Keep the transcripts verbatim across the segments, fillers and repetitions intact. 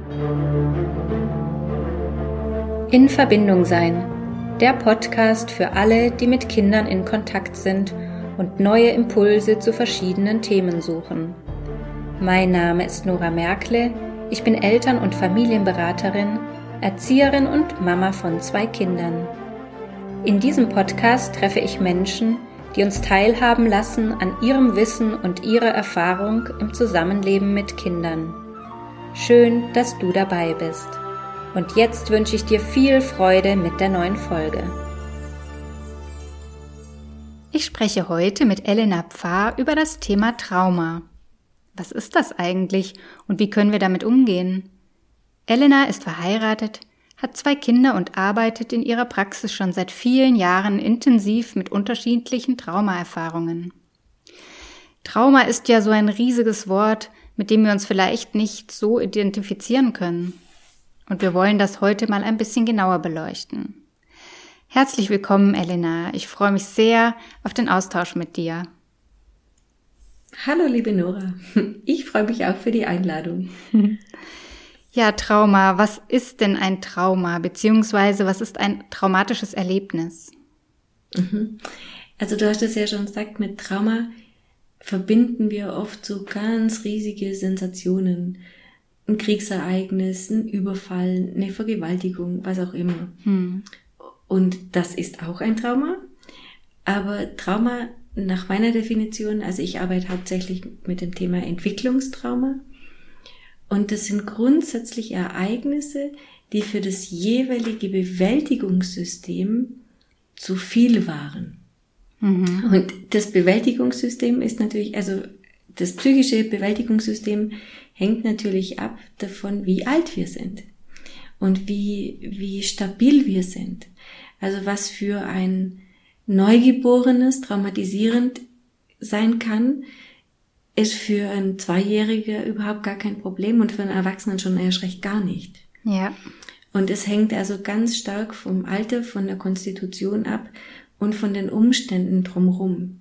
In Verbindung sein, der Podcast für alle, die mit Kindern in Kontakt sind und neue Impulse zu verschiedenen Themen suchen. Mein Name ist Nora Merkle, ich bin Eltern- und Familienberaterin, Erzieherin und Mama von zwei Kindern. In diesem Podcast treffe ich Menschen, die uns teilhaben lassen an ihrem Wissen und ihrer Erfahrung im Zusammenleben mit Kindern. Schön, dass du dabei bist. Und jetzt wünsche ich dir viel Freude mit der neuen Folge. Ich spreche heute mit Elena Pfarr über das Thema Trauma. Was ist das eigentlich und wie können wir damit umgehen? Elena ist verheiratet, hat zwei Kinder und arbeitet in ihrer Praxis schon seit vielen Jahren intensiv mit unterschiedlichen Traumaerfahrungen. Trauma ist ja so ein riesiges Wort, mit dem wir uns vielleicht nicht so identifizieren können. Und wir wollen das heute mal ein bisschen genauer beleuchten. Herzlich willkommen, Elena. Ich freue mich sehr auf den Austausch mit dir. Hallo, liebe Nora. Ich freue mich auch für die Einladung. Ja, Trauma. Was ist denn ein Trauma? Beziehungsweise, was ist ein traumatisches Erlebnis? Also du hast es ja schon gesagt, mit Trauma verbinden wir oft so ganz riesige Sensationen. Ein Kriegsereignis, ein Überfall, eine Vergewaltigung, was auch immer. Hm. Und das ist auch ein Trauma. Aber Trauma nach meiner Definition, also ich arbeite hauptsächlich mit dem Thema Entwicklungstrauma. Und das sind grundsätzlich Ereignisse, die für das jeweilige Bewältigungssystem zu viel waren. Mhm. Und das Bewältigungssystem ist natürlich, also das psychische Bewältigungssystem hängt natürlich ab davon, wie alt wir sind und wie, wie stabil wir sind. Also was für ein Neugeborenes traumatisierend sein kann, ist für einen Zweijähriger überhaupt gar kein Problem und für einen Erwachsenen schon erst recht gar nicht. Ja. Und es hängt also ganz stark vom Alter, von der Konstitution ab und von den Umständen drumherum.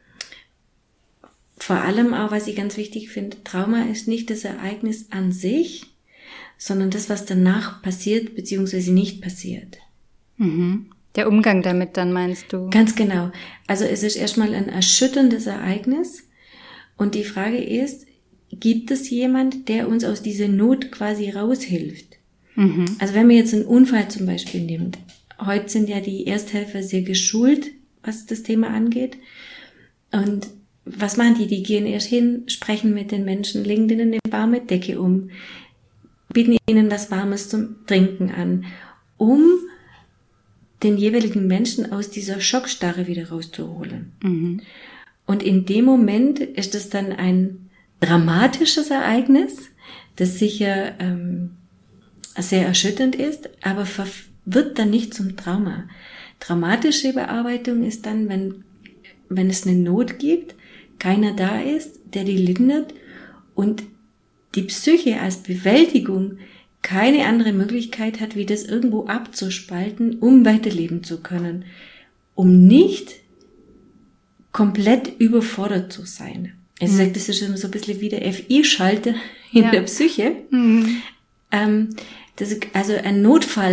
Vor allem auch, was ich ganz wichtig finde, Trauma ist nicht das Ereignis an sich, sondern das, was danach passiert bzw. nicht passiert. Mhm. Der Umgang damit dann, meinst du? Ganz genau. Also es ist erstmal ein erschütterndes Ereignis und die Frage ist, gibt es jemand, der uns aus dieser Not quasi raushilft? Mhm. Also wenn man jetzt einen Unfall zum Beispiel nimmt, heute sind ja die Ersthelfer sehr geschult, was das Thema angeht, und was machen die? Die gehen erst hin, sprechen mit den Menschen, legen denen eine warme Decke um, bieten ihnen was Warmes zum Trinken an, um den jeweiligen Menschen aus dieser Schockstarre wieder rauszuholen. Mhm. Und in dem Moment ist es dann ein dramatisches Ereignis, das sicher ähm, sehr erschütternd ist, aber wird dann nicht zum Trauma. Dramatische Bearbeitung ist dann, wenn, wenn es eine Not gibt, keiner da ist, der die lindert und die Psyche als Bewältigung keine andere Möglichkeit hat, wie das irgendwo abzuspalten, um weiterleben zu können, um nicht komplett überfordert zu sein. Also mhm. das ist immer so ein bisschen wie der F I-Schalter in ja. der Psyche. Mhm. Ähm, das ist also ein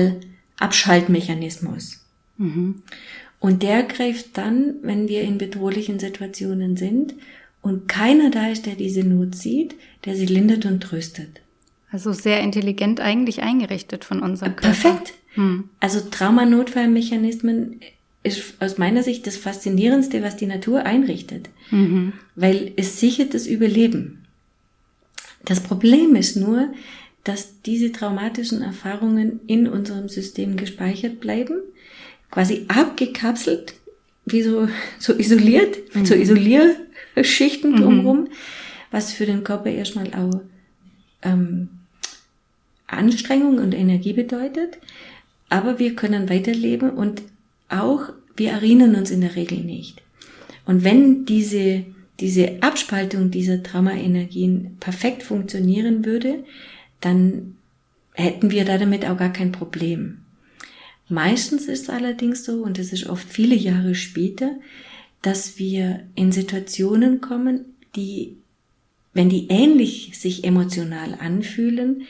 Notfallabschaltmechanismus. Mhm. Und der greift dann, wenn wir in bedrohlichen Situationen sind und keiner da ist, der diese Not sieht, der sie lindert und tröstet. Also sehr intelligent eigentlich eingerichtet von unserem Körper. Perfekt. Hm. Also Traumanotfallmechanismen ist aus meiner Sicht das Faszinierendste, was die Natur einrichtet. Mhm. Weil es sichert das Überleben. Das Problem ist nur, dass diese traumatischen Erfahrungen in unserem System gespeichert bleiben, quasi abgekapselt, wie so, so isoliert, mhm. so Isolierschichten drumherum, mhm. was für den Körper erstmal auch ähm, Anstrengung und Energie bedeutet. Aber wir können weiterleben und auch, wir erinnern uns in der Regel nicht. Und wenn diese, diese Abspaltung dieser Traumaenergien perfekt funktionieren würde, dann hätten wir da damit auch gar kein Problem. Meistens ist es allerdings so, und das ist oft viele Jahre später, dass wir in Situationen kommen, die, wenn die ähnlich sich emotional anfühlen,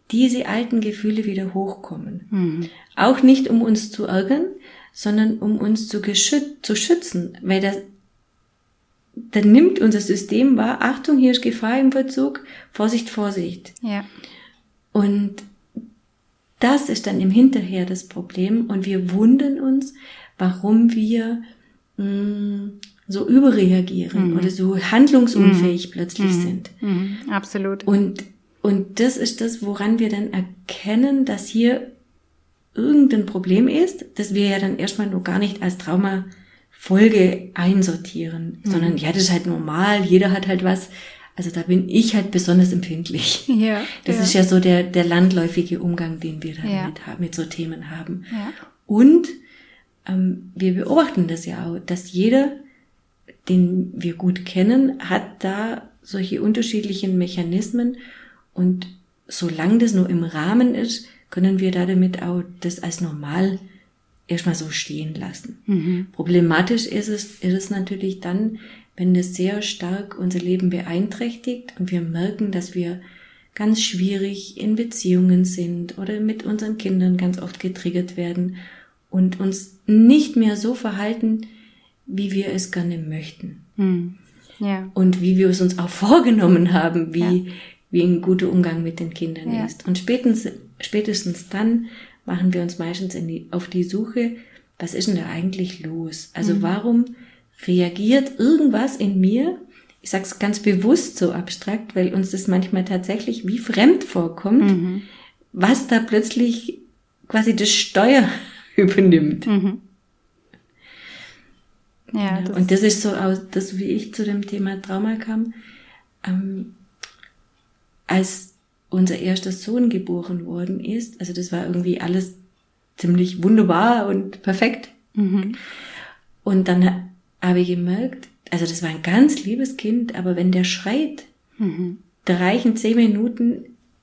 diese alten Gefühle wieder hochkommen. Mhm. Auch nicht, um uns zu ärgern, sondern um uns zu, geschüt- zu schützen, weil das, dann nimmt unser System wahr, Achtung, hier ist Gefahr im Verzug, Vorsicht, Vorsicht. Ja. Und das ist dann im Hinterher das Problem und wir wundern uns, warum wir mh, so überreagieren mhm. oder so handlungsunfähig mhm. plötzlich mhm. sind. Mhm. Absolut. Und, und das ist das, woran wir dann erkennen, dass hier irgendein Problem ist, das wir ja dann erstmal nur gar nicht als Traumafolge einsortieren, mhm. sondern ja, das ist halt normal, jeder hat halt was. Also da bin ich halt besonders empfindlich. Ja, das ja. ist ja so der, der landläufige Umgang, den wir dann ja. mit, mit so Themen haben. Ja. Und ähm, wir beobachten das ja auch, dass jeder, den wir gut kennen, hat da solche unterschiedlichen Mechanismen und solange das nur im Rahmen ist, können wir da damit auch das als normal erstmal so stehen lassen. Mhm. Problematisch ist es, ist es natürlich dann, wenn es sehr stark unser Leben beeinträchtigt und wir merken, dass wir ganz schwierig in Beziehungen sind oder mit unseren Kindern ganz oft getriggert werden und uns nicht mehr so verhalten, wie wir es gerne möchten. Mhm. Ja. Und wie wir es uns auch vorgenommen haben, wie, ja. wie ein guter Umgang mit den Kindern ja. ist. Und spätestens, spätestens dann machen wir uns meistens in die, auf die Suche, was ist denn da eigentlich los? Also mhm. warum reagiert irgendwas in mir? Ich sage es ganz bewusst so abstrakt, weil uns das manchmal tatsächlich wie fremd vorkommt, mhm. was da plötzlich quasi das Steuer übernimmt. Mhm. Ja, das und das ist so, das, wie ich zu dem Thema Trauma kam, ähm, als unser erster Sohn geboren worden ist. Also das war irgendwie alles ziemlich wunderbar und perfekt. Mhm. Und dann habe ich gemerkt, also das war ein ganz liebes Kind, aber wenn der schreit, mhm. da reichen zehn Minuten,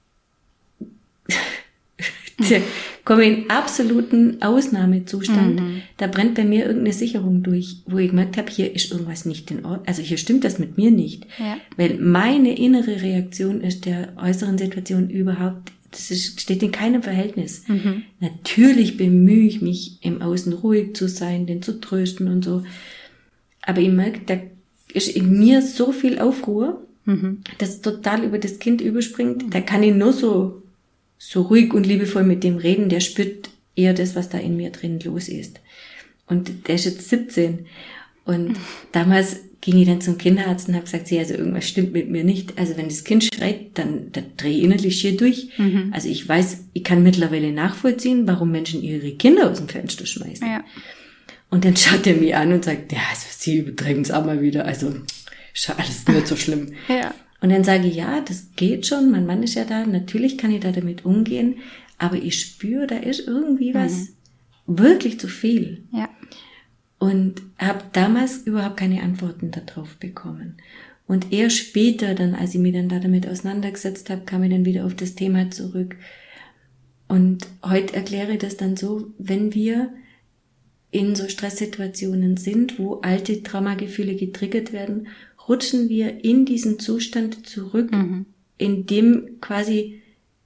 der komme in absoluten Ausnahmezustand, mhm. da brennt bei mir irgendeine Sicherung durch, wo ich gemerkt habe, hier ist irgendwas nicht in Ordnung, also hier stimmt das mit mir nicht, ja. weil meine innere Reaktion ist der äußeren Situation überhaupt, das ist, steht in keinem Verhältnis. Mhm. Natürlich bemühe ich mich, im Außen ruhig zu sein, den zu trösten und so, aber ich merke, da ist in mir so viel Aufruhr, mhm. dass es total über das Kind überspringt, mhm. da kann ich nur so so ruhig und liebevoll mit dem reden, der spürt eher das, was da in mir drin los ist. Und der ist jetzt siebzehn. Und mhm. damals ging ich dann zum Kinderarzt und habe gesagt, sie, also irgendwas stimmt mit mir nicht. Also wenn das Kind schreit, dann, dann drehe ich innerlich schier durch. Mhm. Also ich weiß, ich kann mittlerweile nachvollziehen, warum Menschen ihre Kinder aus dem Fenster schmeißen. Ja. Und dann schaut er mich an und sagt, ja, also sie übertreiben es auch mal wieder. Also ist ja alles nicht so schlimm. Ja. Und dann sage ich, ja, das geht schon, mein Mann ist ja da, natürlich kann ich da damit umgehen, aber ich spüre, da ist irgendwie was mhm. wirklich zu viel. Ja. Und habe damals überhaupt keine Antworten darauf bekommen. Und eher später, dann, als ich mich dann da damit auseinandergesetzt habe, kam ich dann wieder auf das Thema zurück. Und heute erkläre ich das dann so, wenn wir in so Stresssituationen sind, wo alte Traumagefühle getriggert werden, rutschen wir in diesen Zustand zurück, mhm. in dem quasi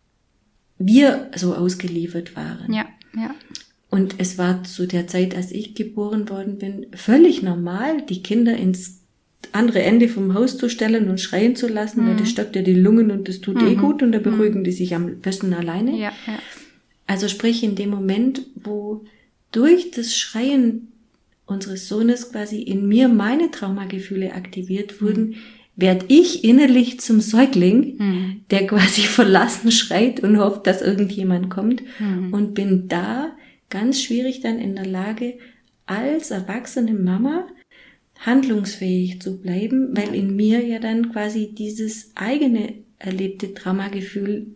wir so ausgeliefert waren. Ja, ja. Und es war zu der Zeit, als ich geboren worden bin, völlig normal, die Kinder ins andere Ende vom Haus zu stellen und schreien zu lassen, mhm. weil das stockt ja die Lungen und das tut mhm. eh gut und da beruhigen mhm. die sich am besten alleine. Ja, ja. Also sprich in dem Moment, wo durch das Schreien unseres Sohnes quasi in mir meine Traumagefühle aktiviert wurden, mhm. werde ich innerlich zum Säugling, mhm. der quasi verlassen schreit und hofft, dass irgendjemand kommt mhm. und bin da ganz schwierig dann in der Lage, als erwachsene Mama handlungsfähig zu bleiben, weil in mir ja dann quasi dieses eigene erlebte Traumagefühl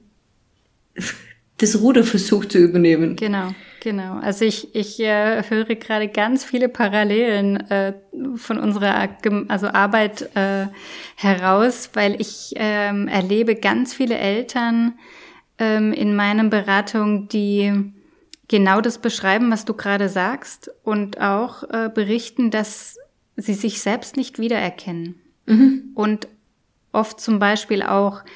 das Ruder versucht zu übernehmen. Genau. Genau, also ich ich äh, höre gerade ganz viele Parallelen äh, von unserer also Arbeit äh, heraus, weil ich ähm, erlebe ganz viele Eltern ähm, in meinen Beratungen, die genau das beschreiben, was du gerade sagst und auch äh, berichten, dass sie sich selbst nicht wiedererkennen mhm. und oft zum Beispiel auch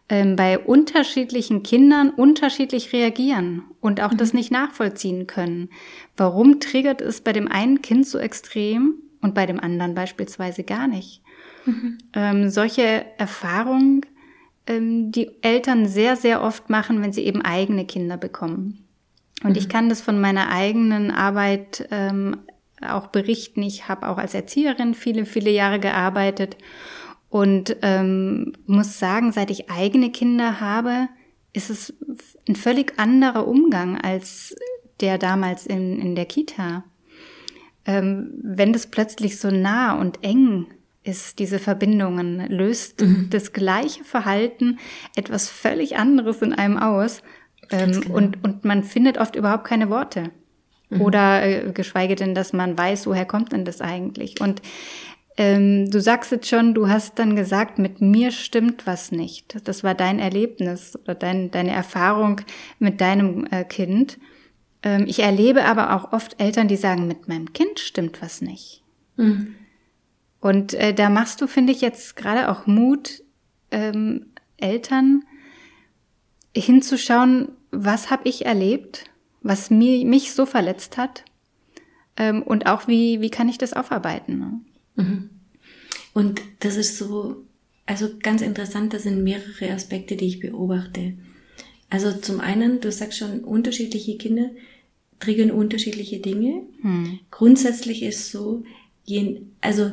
ähm, bei unterschiedlichen Kindern unterschiedlich reagieren und auch mhm. das nicht nachvollziehen können. Warum triggert es bei dem einen Kind so extrem und bei dem anderen beispielsweise gar nicht? Mhm. Ähm, solche Erfahrungen, ähm, die Eltern sehr, sehr oft machen, wenn sie eben eigene Kinder bekommen. Und mhm. ich kann das von meiner eigenen Arbeit ähm, auch berichten. Ich habe auch als Erzieherin viele, viele Jahre gearbeitet und ähm, muss sagen, seit ich eigene Kinder habe, ist es ein völlig anderer Umgang als der damals in, in der Kita. Ähm, wenn das plötzlich so nah und eng ist, diese Verbindungen, löst mhm. das gleiche Verhalten etwas völlig anderes in einem aus. Ähm, genau. und, und man findet oft überhaupt keine Worte. Mhm. Oder äh, geschweige denn, dass man weiß, woher kommt denn das eigentlich? Und ähm, du sagst jetzt schon, du hast dann gesagt, mit mir stimmt was nicht. Das war dein Erlebnis oder dein, deine Erfahrung mit deinem äh, Kind. Ähm, ich erlebe aber auch oft Eltern, die sagen, mit meinem Kind stimmt was nicht. Mhm. Und äh, da machst du, finde ich, jetzt gerade auch Mut, ähm, Eltern hinzuschauen, was habe ich erlebt, was mir, mich so verletzt hat ähm, und auch wie, wie kann ich das aufarbeiten. Ne? Mhm. Und das ist so, also ganz interessant, das sind mehrere Aspekte, die ich beobachte. Also zum einen, du sagst schon, unterschiedliche Kinder triggern unterschiedliche Dinge. Hm. Grundsätzlich ist so, je, also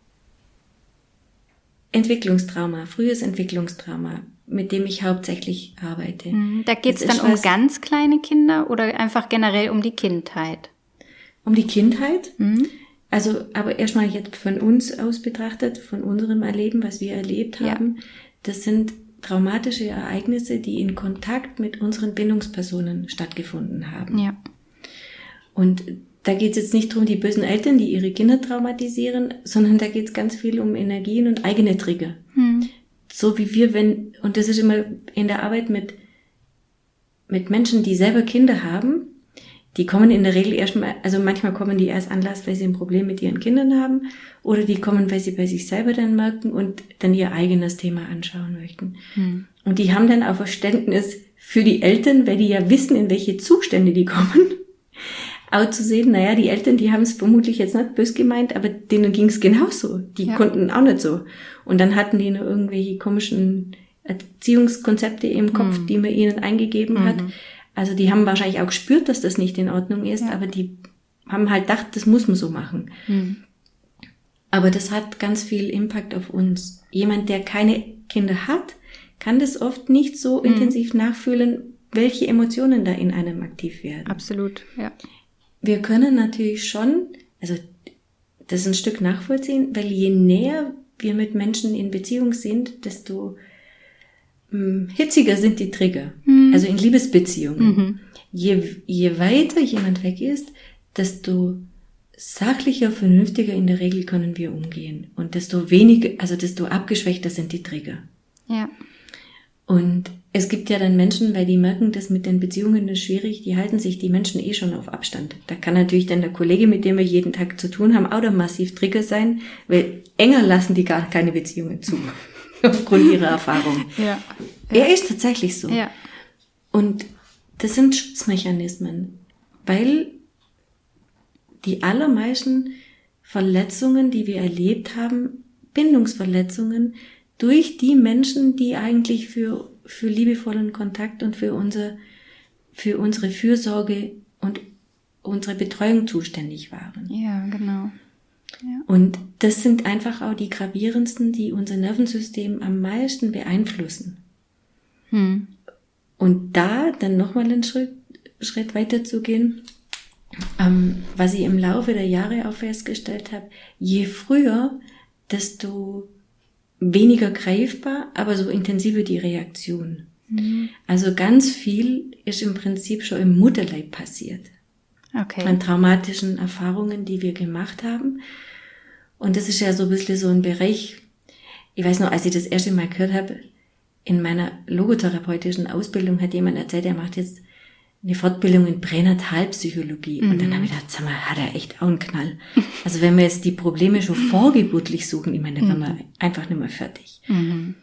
Entwicklungstrauma, frühes Entwicklungstrauma, mit dem ich hauptsächlich arbeite. Da geht es dann um ganz kleine Kinder oder einfach generell um die Kindheit? Um die Kindheit. Mhm. Also, aber erstmal jetzt von uns aus betrachtet, von unserem Erleben, was wir erlebt haben. Ja. Das sind traumatische Ereignisse, die in Kontakt mit unseren Bindungspersonen stattgefunden haben. Ja. Und da geht es jetzt nicht darum, die bösen Eltern, die ihre Kinder traumatisieren, sondern da geht es ganz viel um Energien und eigene Trigger. Hm. So wie wir, wenn, und das ist immer in der Arbeit mit, mit Menschen, die selber Kinder haben, die kommen in der Regel erstmal, also manchmal kommen die erst Anlass, weil sie ein Problem mit ihren Kindern haben, oder die kommen, weil sie bei sich selber dann merken und dann ihr eigenes Thema anschauen möchten. Hm. Und die haben dann auch Verständnis für die Eltern, weil die ja wissen, in welche Zustände die kommen. Auch zu sehen, naja, die Eltern, die haben es vermutlich jetzt nicht böse gemeint, aber denen ging es genauso. Die ja. konnten auch nicht so. Und dann hatten die noch irgendwelche komischen Erziehungskonzepte im Kopf, mhm. die man ihnen eingegeben mhm. hat. Also die haben wahrscheinlich auch gespürt, dass das nicht in Ordnung ist, ja. aber die haben halt gedacht, das muss man so machen. Mhm. Aber das hat ganz viel Impact auf uns. Jemand, der keine Kinder hat, kann das oft nicht so mhm. intensiv nachfühlen, welche Emotionen da in einem aktiv werden. Absolut, ja. Wir können natürlich schon, also das ein Stück nachvollziehen, weil je näher wir mit Menschen in Beziehung sind, desto mh, hitziger sind die Trigger. Mhm. Also in Liebesbeziehungen. Mhm. Je, je weiter jemand weg ist, desto sachlicher, vernünftiger in der Regel können wir umgehen. Und desto weniger, also desto abgeschwächter sind die Trigger. Ja. Und es gibt ja dann Menschen, weil die merken, dass mit den Beziehungen ist schwierig, die halten sich die Menschen eh schon auf Abstand. Da kann natürlich dann der Kollege, mit dem wir jeden Tag zu tun haben, auch der massiv Trigger sein, weil enger lassen die gar keine Beziehungen zu, aufgrund ihrer Erfahrung. Ja, ja. Er ist tatsächlich so. Ja. Und das sind Schutzmechanismen, weil die allermeisten Verletzungen, die wir erlebt haben, Bindungsverletzungen, durch die Menschen, die eigentlich für, für liebevollen Kontakt und für unser, für unsere Fürsorge und unsere Betreuung zuständig waren. Ja, genau. Ja. Und das sind einfach auch die gravierendsten, die unser Nervensystem am meisten beeinflussen. Hm. Und da dann nochmal einen Schritt, Schritt weiter zu gehen, ähm, was ich im Laufe der Jahre auch festgestellt habe, je früher, desto weniger greifbar, aber so intensiver die Reaktion. Mhm. Also ganz viel ist im Prinzip schon im Mutterleib passiert. Okay. An traumatischen Erfahrungen, die wir gemacht haben. Und das ist ja so ein bisschen so ein Bereich, ich weiß noch, als ich das erste Mal gehört habe, in meiner logotherapeutischen Ausbildung hat jemand erzählt, er macht jetzt eine Fortbildung in Pränatalpsychologie. Mhm. Und dann habe ich gedacht, sag mal, hat er echt auch einen Knall. Also wenn wir jetzt die Probleme schon vorgeburtlich suchen, ich meine, dann wären wir einfach nicht mehr fertig. Mhm.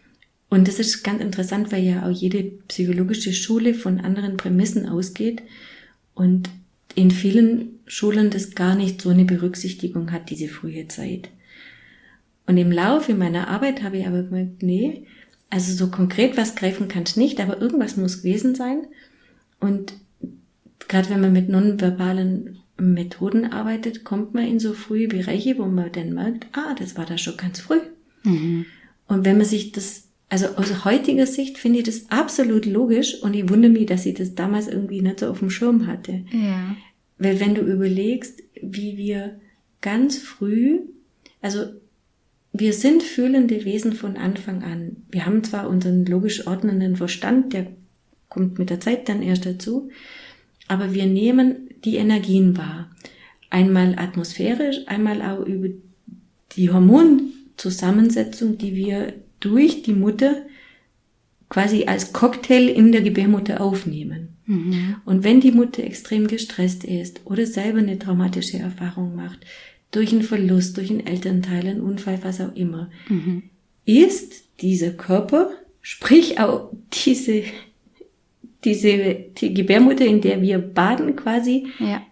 Und das ist ganz interessant, weil ja auch jede psychologische Schule von anderen Prämissen ausgeht und in vielen Schulen das gar nicht so eine Berücksichtigung hat, diese frühe Zeit. Und im Laufe meiner Arbeit habe ich aber gemerkt, nee, also so konkret was greifen kannst nicht, aber irgendwas muss gewesen sein. Und gerade wenn man mit nonverbalen Methoden arbeitet, kommt man in so frühe Bereiche, wo man dann merkt, ah, das war da schon ganz früh. Mhm. Und wenn man sich das, also aus heutiger Sicht finde ich das absolut logisch und ich wundere mich, dass ich das damals irgendwie nicht so auf dem Schirm hatte. Ja. Weil wenn du überlegst, wie wir ganz früh, also wir sind fühlende Wesen von Anfang an. Wir haben zwar unseren logisch ordnenden Verstand, der kommt mit der Zeit dann erst dazu, aber wir nehmen die Energien wahr. Einmal atmosphärisch, einmal auch über die Hormonzusammensetzung, die wir durch die Mutter quasi als Cocktail in der Gebärmutter aufnehmen. Mhm. Und wenn die Mutter extrem gestresst ist oder selber eine traumatische Erfahrung macht, durch einen Verlust, durch einen Elternteil, einen Unfall, was auch immer, mhm. ist dieser Körper, sprich auch diese, diese die Gebärmutter, in der wir baden quasi, ja.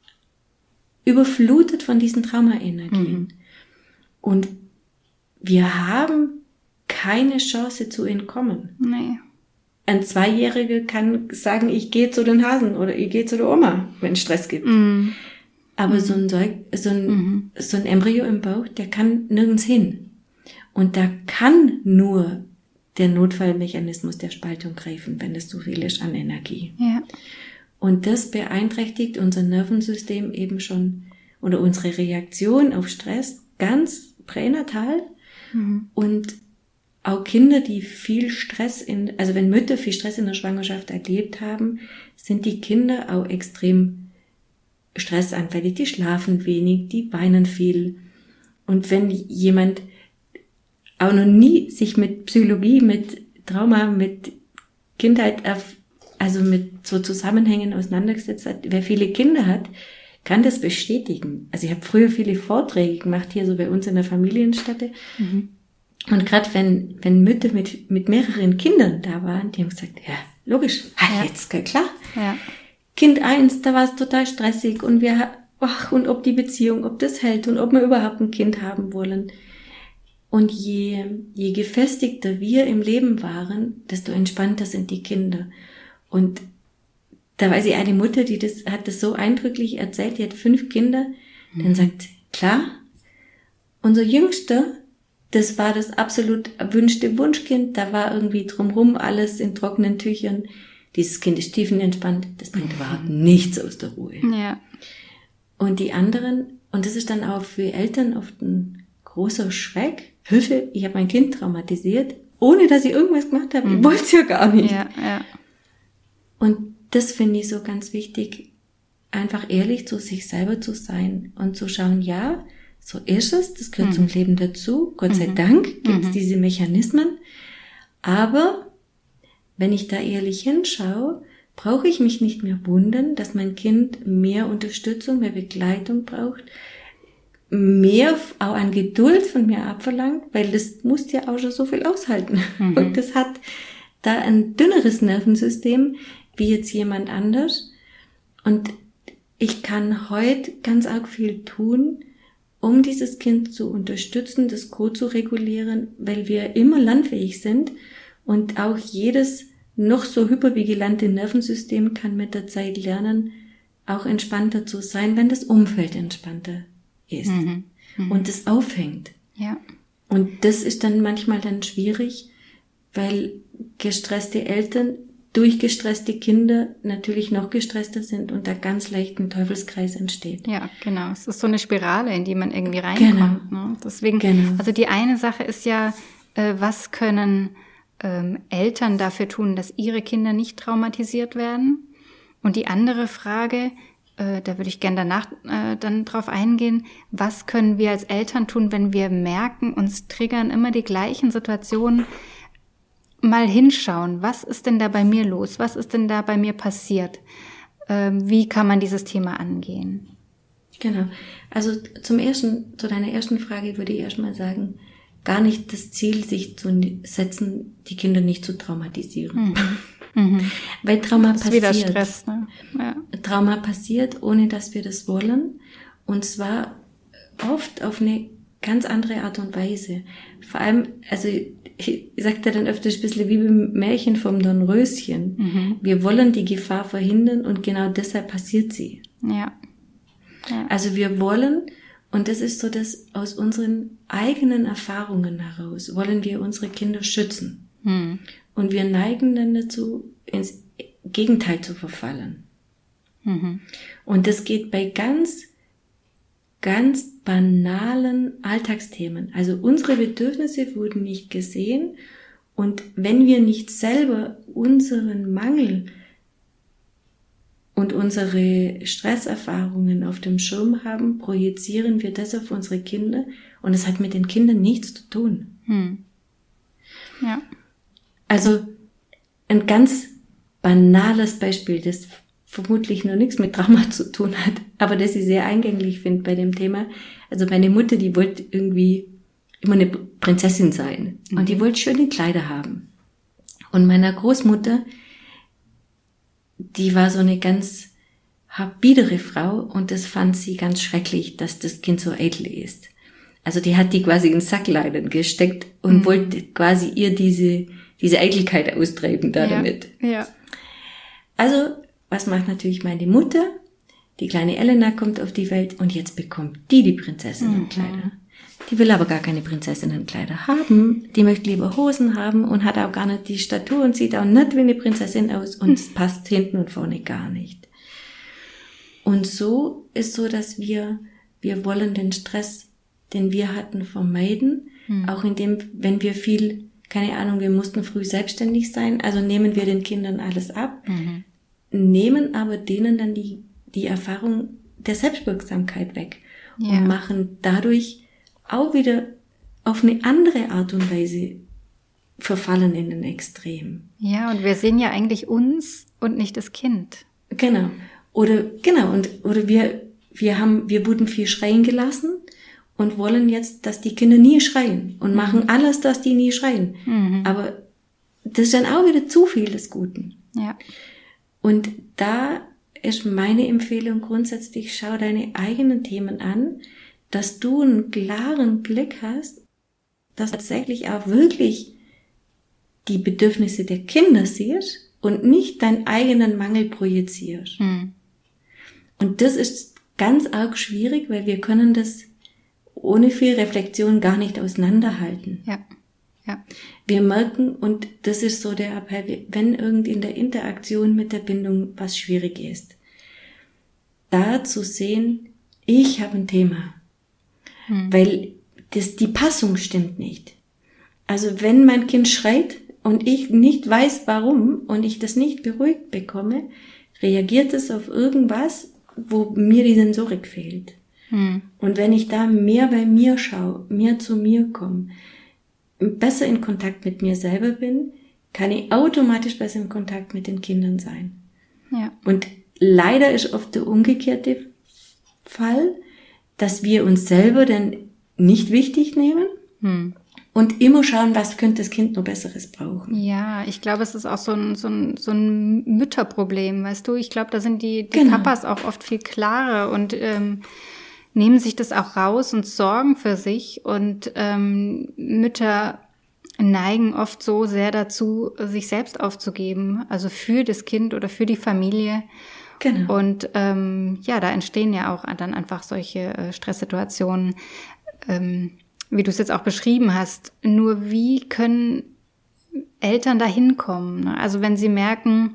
überflutet von diesen Traumaenergien. Mhm. Und wir haben keine Chance zu entkommen. Nee. Ein Zweijähriger kann sagen, ich gehe zu den Hasen oder ich gehe zu der Oma, wenn es Stress gibt. Mhm. Aber mhm. so ein, Säug, so, ein, mhm. so ein Embryo im Bauch, der kann nirgends hin. Und da kann nur der Notfallmechanismus der Spaltung greifen, wenn es zu viel ist an Energie. Ja. Und das beeinträchtigt unser Nervensystem eben schon oder unsere Reaktion auf Stress ganz pränatal. Mhm. Und auch Kinder, die viel Stress in, also wenn Mütter viel Stress in der Schwangerschaft erlebt haben, sind die Kinder auch extrem stressanfällig, die schlafen wenig, die weinen viel. Und wenn jemand auch noch nie sich mit Psychologie, mit Trauma, mit Kindheit, also mit so Zusammenhängen auseinandergesetzt hat, wer viele Kinder hat, kann das bestätigen. Also ich habe früher viele Vorträge gemacht, hier so bei uns in der Familienstätte. Mhm. Und gerade wenn wenn Mütter mit mit mehreren Kindern da waren, die haben gesagt, ja, logisch, ja. jetzt klar. Ja. Kind eins, da war es total stressig und wir, ach, und ob die Beziehung, ob das hält und ob wir überhaupt ein Kind haben wollen. Und je, je gefestigter wir im Leben waren, desto entspannter sind die Kinder. Und da weiß ich, eine Mutter, die das, hat das so eindrücklich erzählt, die hat fünf Kinder, mhm. dann sagt, klar, unser Jüngster, das war das absolut erwünschte Wunschkind, da war irgendwie drumherum alles in trockenen Tüchern. Dieses Kind ist tiefenentspannt, das bringt überhaupt nichts aus der Ruhe. Ja. Und die anderen, und das ist dann auch für Eltern oft ein großer Schreck. Hilfe, ich habe mein Kind traumatisiert, ohne dass ich irgendwas gemacht habe. Mhm. Ich wollte es ja gar nicht. Ja, ja. Und das finde ich so ganz wichtig, einfach ehrlich zu sich selber zu sein und zu schauen, ja, so ist es, das gehört mhm. zum Leben dazu. Gott sei mhm. Dank gibt es mhm. diese Mechanismen. Aber wenn ich da ehrlich hinschaue, brauche ich mich nicht mehr wundern, dass mein Kind mehr Unterstützung, mehr Begleitung braucht, mehr auch an Geduld von mir abverlangt, weil das muss ja auch schon so viel aushalten. Mhm. Und das hat da ein dünneres Nervensystem wie jetzt jemand anders. Und ich kann heute ganz arg viel tun, um dieses Kind zu unterstützen, das Co zu regulieren, weil wir immer lernfähig sind und auch jedes noch so hypervigilante Nervensystem kann mit der Zeit lernen, auch entspannter zu sein, wenn das Umfeld entspannter ist mhm. Mhm. und das aufhängt. Ja. Und das ist dann manchmal dann schwierig, weil gestresste Eltern durch gestresste Kinder natürlich noch gestresster sind und da ganz leicht ein Teufelskreis entsteht. Ja, genau. Es ist so eine Spirale, in die man irgendwie reinkommt. Genau. Ne? Deswegen, genau. Also die eine Sache ist ja, äh, was können ähm, Eltern dafür tun, dass ihre Kinder nicht traumatisiert werden? Und die andere Frage, äh, da würde ich gerne danach äh, dann drauf eingehen, was können wir als Eltern tun, wenn wir merken, uns triggern immer die gleichen Situationen? Mal hinschauen, was ist denn da bei mir los? Was ist denn da bei mir passiert? Ähm, wie kann man dieses Thema angehen? Genau. Also zum ersten, zu deiner ersten Frage würde ich erstmal sagen, gar nicht das Ziel, sich zu setzen, die Kinder nicht zu traumatisieren. Mhm. Mhm. Weil Trauma das ist passiert. Wieder Stress, ne? Ja. Trauma passiert, ohne dass wir das wollen. Und zwar oft auf eine ganz andere Art und Weise. Vor allem, also ich sagte dann öfters ein bisschen wie beim Märchen vom Dornröschen. Mhm. Wir wollen die Gefahr verhindern und genau deshalb passiert sie. Ja. Ja. Also wir wollen, und das ist so, dass aus unseren eigenen Erfahrungen heraus wollen wir unsere Kinder schützen. Mhm. Und wir neigen dann dazu, ins Gegenteil zu verfallen. Mhm. Und das geht bei ganz, ganz banalen Alltagsthemen. Also unsere Bedürfnisse wurden nicht gesehen. Und wenn wir nicht selber unseren Mangel und unsere Stresserfahrungen auf dem Schirm haben, projizieren wir das auf unsere Kinder. Und es hat mit den Kindern nichts zu tun. Hm. Ja. Also ein ganz banales Beispiel, das vermutlich nur nichts mit Trauma zu tun hat, aber das ich sehr eingänglich finde bei dem Thema. Also meine Mutter, die wollte irgendwie immer eine Prinzessin sein. Mhm. Und die wollte schöne Kleider haben. Und meiner Großmutter, die war so eine ganz biedere Frau und das fand sie ganz schrecklich, dass das Kind so eitel ist. Also die hat die quasi in Sackleinen gesteckt und mhm. wollte quasi ihr diese diese Eitelkeit austreiben da ja. damit. Ja. Also, was macht natürlich meine Mutter? Die kleine Elena kommt auf die Welt und jetzt bekommt die die Prinzessinnenkleider. Mhm. Die will aber gar keine Prinzessinnenkleider haben. Die möchte lieber Hosen haben und hat auch gar nicht die Statur und sieht auch nicht wie eine Prinzessin aus und es passt hinten und vorne gar nicht. Und so ist so, dass wir, wir wollen den Stress, den wir hatten, vermeiden. Mhm. Auch indem, wenn wir viel, keine Ahnung, wir mussten früh selbstständig sein, also nehmen wir den Kindern alles ab, mhm. nehmen aber denen dann die, die Erfahrung der Selbstwirksamkeit weg ja. und machen dadurch auch wieder auf eine andere Art und Weise verfallen in den Extrem. Ja, und wir sehen ja eigentlich uns und nicht das Kind. Genau. Oder, genau, und, oder wir, wir haben, wir wurden viel schreien gelassen und wollen jetzt, dass die Kinder nie schreien und mhm. machen alles, dass die nie schreien. Mhm. Aber das ist dann auch wieder zu viel des Guten. Ja. Und da ist meine Empfehlung grundsätzlich, schau deine eigenen Themen an, dass du einen klaren Blick hast, dass du tatsächlich auch wirklich die Bedürfnisse der Kinder siehst und nicht deinen eigenen Mangel projizierst. Mhm. Und das ist ganz arg schwierig, weil wir können das ohne viel Reflexion gar nicht auseinanderhalten. Ja, ja. Wir merken, und das ist so der Appell, wenn irgend in der Interaktion mit der Bindung was schwierig ist, da zu sehen, ich habe ein Thema. Hm. Weil das, die Passung stimmt nicht. Also wenn mein Kind schreit und ich nicht weiß, warum und ich das nicht beruhigt bekomme, reagiert es auf irgendwas, wo mir die Sensorik fehlt. Hm. Und wenn ich da mehr bei mir schaue, mehr zu mir komme, besser in Kontakt mit mir selber bin, kann ich automatisch besser in Kontakt mit den Kindern sein. Ja. Und leider ist oft der umgekehrte Fall, dass wir uns selber dann nicht wichtig nehmen hm. und immer schauen, was könnte das Kind noch Besseres brauchen. Ja, ich glaube, es ist auch so ein, so ein, so ein Mütterproblem, weißt du? Ich glaube, da sind die, die genau. Papas auch oft viel klarer und ähm, nehmen sich das auch raus und sorgen für sich. Und ähm, Mütter neigen oft so sehr dazu, sich selbst aufzugeben, also für das Kind oder für die Familie. Genau. Und ähm, ja, da entstehen ja auch dann einfach solche äh, Stresssituationen, ähm, wie du es jetzt auch beschrieben hast. Nur wie können Eltern da hinkommen? Ne? Also wenn sie merken,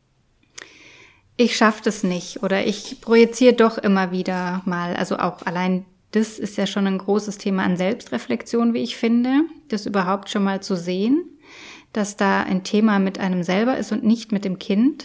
ich schaffe das nicht oder ich projiziere doch immer wieder mal, also auch allein das ist ja schon ein großes Thema an Selbstreflexion, wie ich finde, das überhaupt schon mal zu sehen, dass da ein Thema mit einem selber ist und nicht mit dem Kind.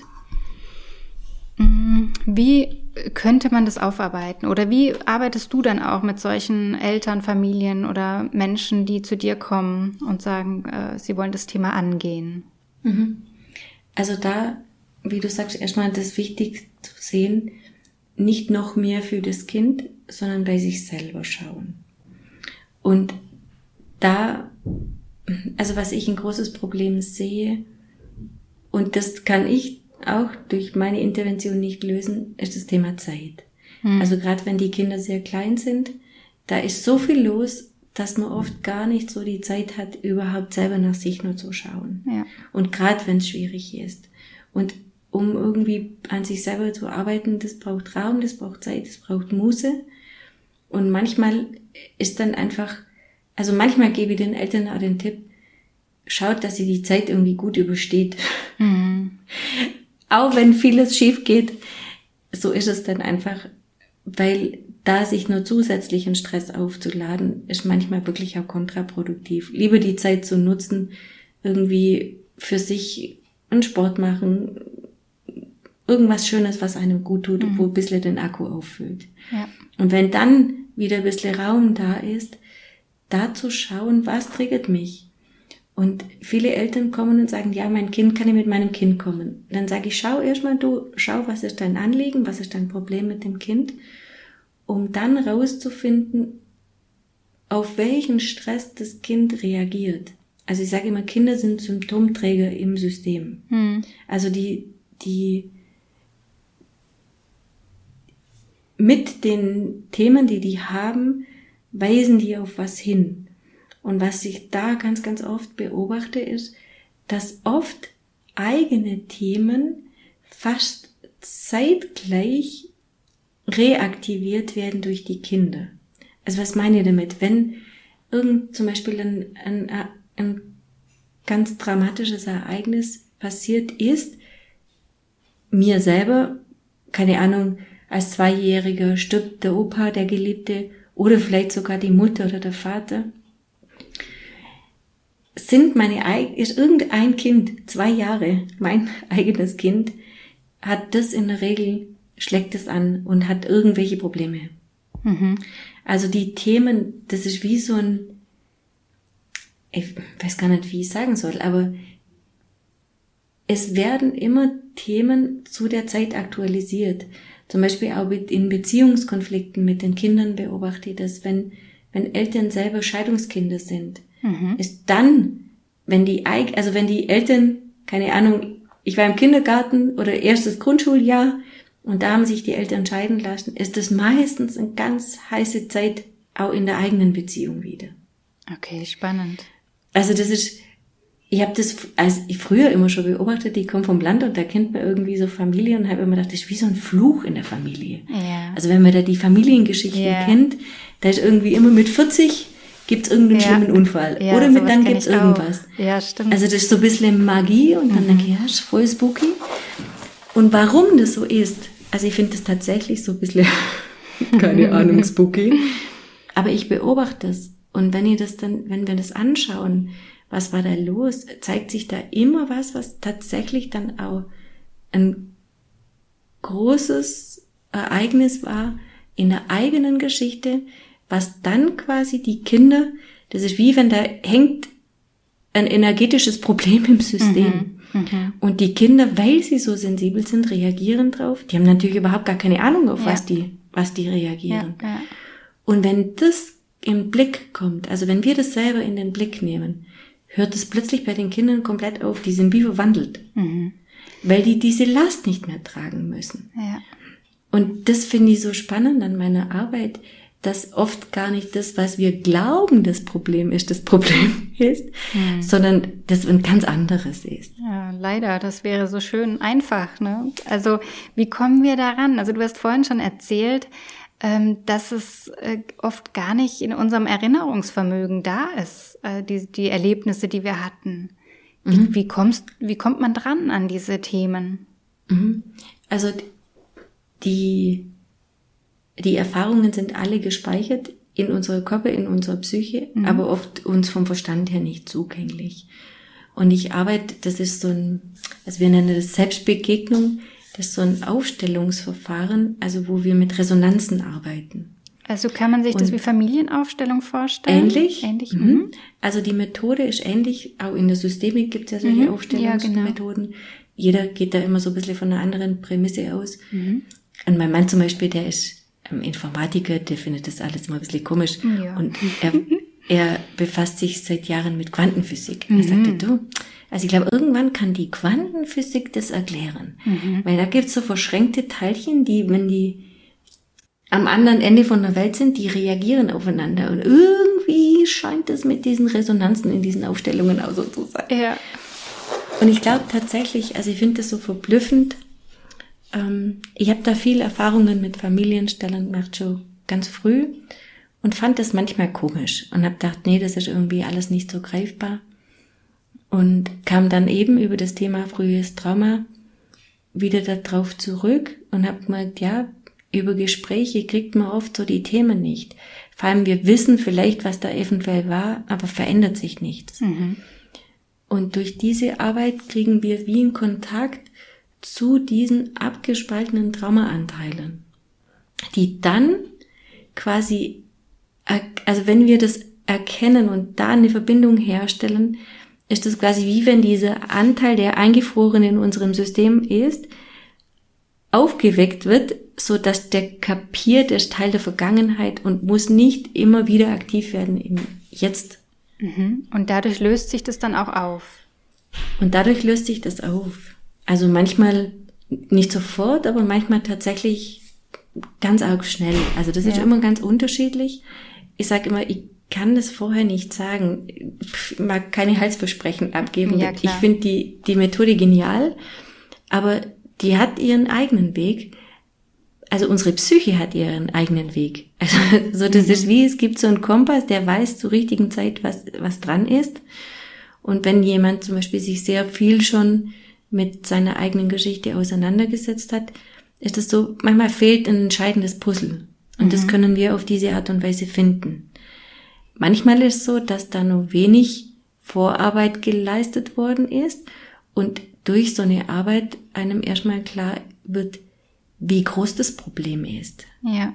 Wie könnte man das aufarbeiten? Oder wie arbeitest du dann auch mit solchen Eltern, Familien oder Menschen, die zu dir kommen und sagen, äh, sie wollen das Thema angehen? Also da, wie du sagst, erstmal das wichtig zu sehen, nicht noch mehr für das Kind, sondern bei sich selber schauen. Und da, also was ich ein großes Problem sehe, und das kann ich auch durch meine Intervention nicht lösen, ist das Thema Zeit. Hm. Also gerade wenn die Kinder sehr klein sind, da ist so viel los, dass man oft gar nicht so die Zeit hat, überhaupt selber nach sich nur zu schauen. Ja. Und gerade wenn es schwierig ist. Und um irgendwie an sich selber zu arbeiten, das braucht Raum, das braucht Zeit, das braucht Muße. Und manchmal ist dann einfach, also manchmal gebe ich den Eltern auch den Tipp, schaut, dass sie die Zeit irgendwie gut übersteht. Mhm. Auch wenn vieles schief geht, so ist es dann einfach, weil da sich nur zusätzlichen Stress aufzuladen, ist manchmal wirklich auch kontraproduktiv. Lieber die Zeit zu nutzen, irgendwie für sich einen Sport machen, irgendwas Schönes, was einem gut tut, mhm. wo ein bisschen den Akku auffüllt. Ja. Und wenn dann wieder ein bisschen Raum da ist, da zu schauen, was triggert mich? Und viele Eltern kommen und sagen, ja, mein Kind, kann ich mit meinem Kind kommen? Dann sage ich, schau erstmal, du, schau, was ist dein Anliegen, was ist dein Problem mit dem Kind, um dann rauszufinden, auf welchen Stress das Kind reagiert. Also ich sage immer, Kinder sind Symptomträger im System. Hm. Also die, die mit den Themen, die die haben, weisen die auf was hin. Und was ich da ganz, ganz oft beobachte, ist, dass oft eigene Themen fast zeitgleich reaktiviert werden durch die Kinder. Also was meine ich damit? Wenn irgend zum Beispiel ein, ein, ein ganz dramatisches Ereignis passiert ist, mir selber, keine Ahnung, als Zweijähriger stirbt der Opa, der Geliebte, oder vielleicht sogar die Mutter oder der Vater, sind meine, ist irgendein Kind, zwei Jahre, mein eigenes Kind, hat das in der Regel, schlägt es an und hat irgendwelche Probleme. Mhm. Also die Themen, das ist wie so ein, ich weiß gar nicht, wie ich sagen soll, aber es werden immer Themen zu der Zeit aktualisiert. Zum Beispiel auch in Beziehungskonflikten mit den Kindern beobachte ich das, wenn, wenn Eltern selber Scheidungskinder sind, mhm. ist dann, wenn die, also wenn die Eltern, keine Ahnung, ich war im Kindergarten oder erstes Grundschuljahr und da haben sich die Eltern scheiden lassen, ist das meistens eine ganz heiße Zeit auch in der eigenen Beziehung wieder. Okay, spannend. Also das ist, ich habe das als ich früher immer schon beobachtet, ich komme vom Land und da kennt man irgendwie so Familie und habe immer gedacht, das ist wie so ein Fluch in der Familie. Ja. Also wenn man da die Familiengeschichten ja. kennt, da ist irgendwie immer mit vierzig gibt's irgendeinen ja. schlimmen Unfall. Ja, oder mit dann gibt's irgendwas. Auch. Ja, stimmt. Also das ist so ein bisschen Magie und dann mhm. denke ich, ja, ist voll spooky. Und warum das so ist, also ich finde das tatsächlich so ein bisschen, keine Ahnung, spooky. Aber ich beobachte das. Und wenn ihr das dann, wenn wir das anschauen, was war da los, zeigt sich da immer was, was tatsächlich dann auch ein großes Ereignis war in der eigenen Geschichte, was dann quasi die Kinder, das ist wie wenn da hängt ein energetisches Problem im System. Mhm, mh. Und die Kinder, weil sie so sensibel sind, reagieren drauf. Die haben natürlich überhaupt gar keine Ahnung, auf ja. was die, was die reagieren. Ja, ja. Und wenn das im Blick kommt, also wenn wir das selber in den Blick nehmen, hört es plötzlich bei den Kindern komplett auf. Die sind wie verwandelt. Mhm. Weil die diese Last nicht mehr tragen müssen. Ja. Und das finde ich so spannend an meiner Arbeit, dass oft gar nicht das, was wir glauben, das Problem ist, das Problem ist, hm. sondern das ein ganz anderes ist. Ja, leider, das wäre so schön einfach, ne? Also, wie kommen wir daran? Also, du hast vorhin schon erzählt, ähm, dass es äh, oft gar nicht in unserem Erinnerungsvermögen da ist, äh, die, die Erlebnisse, die wir hatten. Wie, mhm. wie kommst, wie kommt man dran an diese Themen? Mhm. Also, die Die Erfahrungen sind alle gespeichert in unserer Körper, in unserer Psyche, mhm. aber oft uns vom Verstand her nicht zugänglich. Und ich arbeite, das ist so ein, also wir nennen das Selbstbegegnung, das ist so ein Aufstellungsverfahren, also wo wir mit Resonanzen arbeiten. Also kann man sich Und das wie Familienaufstellung vorstellen? Ähnlich. Ähnlich. Mhm. Also die Methode ist ähnlich, auch in der Systemik gibt es ja solche mhm. Aufstellungsmethoden. Ja, genau. Jeder geht da immer so ein bisschen von einer anderen Prämisse aus. Mhm. Und mein Mann zum Beispiel, der ist Informatiker, der findet das alles immer ein bisschen komisch. Ja. Und er er befasst sich seit Jahren mit Quantenphysik. Mhm. Er sagte, du, also ich glaube, irgendwann kann die Quantenphysik das erklären. Mhm. Weil da gibt's so verschränkte Teilchen, die, wenn die am anderen Ende von der Welt sind, die reagieren aufeinander. Und irgendwie scheint es mit diesen Resonanzen in diesen Aufstellungen auch so zu sein. Ja. Und ich glaube tatsächlich, also ich finde das so verblüffend. Ähm, ich habe da viel Erfahrungen mit Familienstellern gemacht, schon ganz früh. Und fand das manchmal komisch. Und habe gedacht, nee, das ist irgendwie alles nicht so greifbar. Und kam dann eben über das Thema frühes Trauma wieder darauf zurück und habe gemerkt, ja, über Gespräche kriegt man oft so die Themen nicht. Vor allem wir wissen vielleicht, was da eventuell war, aber verändert sich nichts. Mhm. Und durch diese Arbeit kriegen wir wie einen Kontakt zu diesen abgespaltenen Traumaanteilen, die dann quasi, also wenn wir das erkennen und da eine Verbindung herstellen, ist das quasi wie wenn dieser Anteil, der eingefroren in unserem System ist, aufgeweckt wird, so dass der kapiert, er ist Teil der Vergangenheit und muss nicht immer wieder aktiv werden im Jetzt. Mhm. Und dadurch löst sich das dann auch auf? Und dadurch löst sich das auf. Also manchmal nicht sofort, aber manchmal tatsächlich ganz arg schnell. Also das ja. ist immer ganz unterschiedlich. Ich sage immer, ich kann das vorher nicht sagen. Ich mag keine Halsversprechen abgeben. Ja, ich finde die, die Methode genial, aber die hat ihren eigenen Weg. Also unsere Psyche hat ihren eigenen Weg. Also so das mhm. ist wie, es gibt so einen Kompass, der weiß zur richtigen Zeit, was was dran ist. Und wenn jemand zum Beispiel sich sehr viel schon mit seiner eigenen Geschichte auseinandergesetzt hat, ist es so, manchmal fehlt ein entscheidendes Puzzle. Und mhm. das können wir auf diese Art und Weise finden. Manchmal ist es so, dass da nur wenig Vorarbeit geleistet worden ist und durch so eine Arbeit einem erstmal klar wird, wie groß das Problem ist. Ja.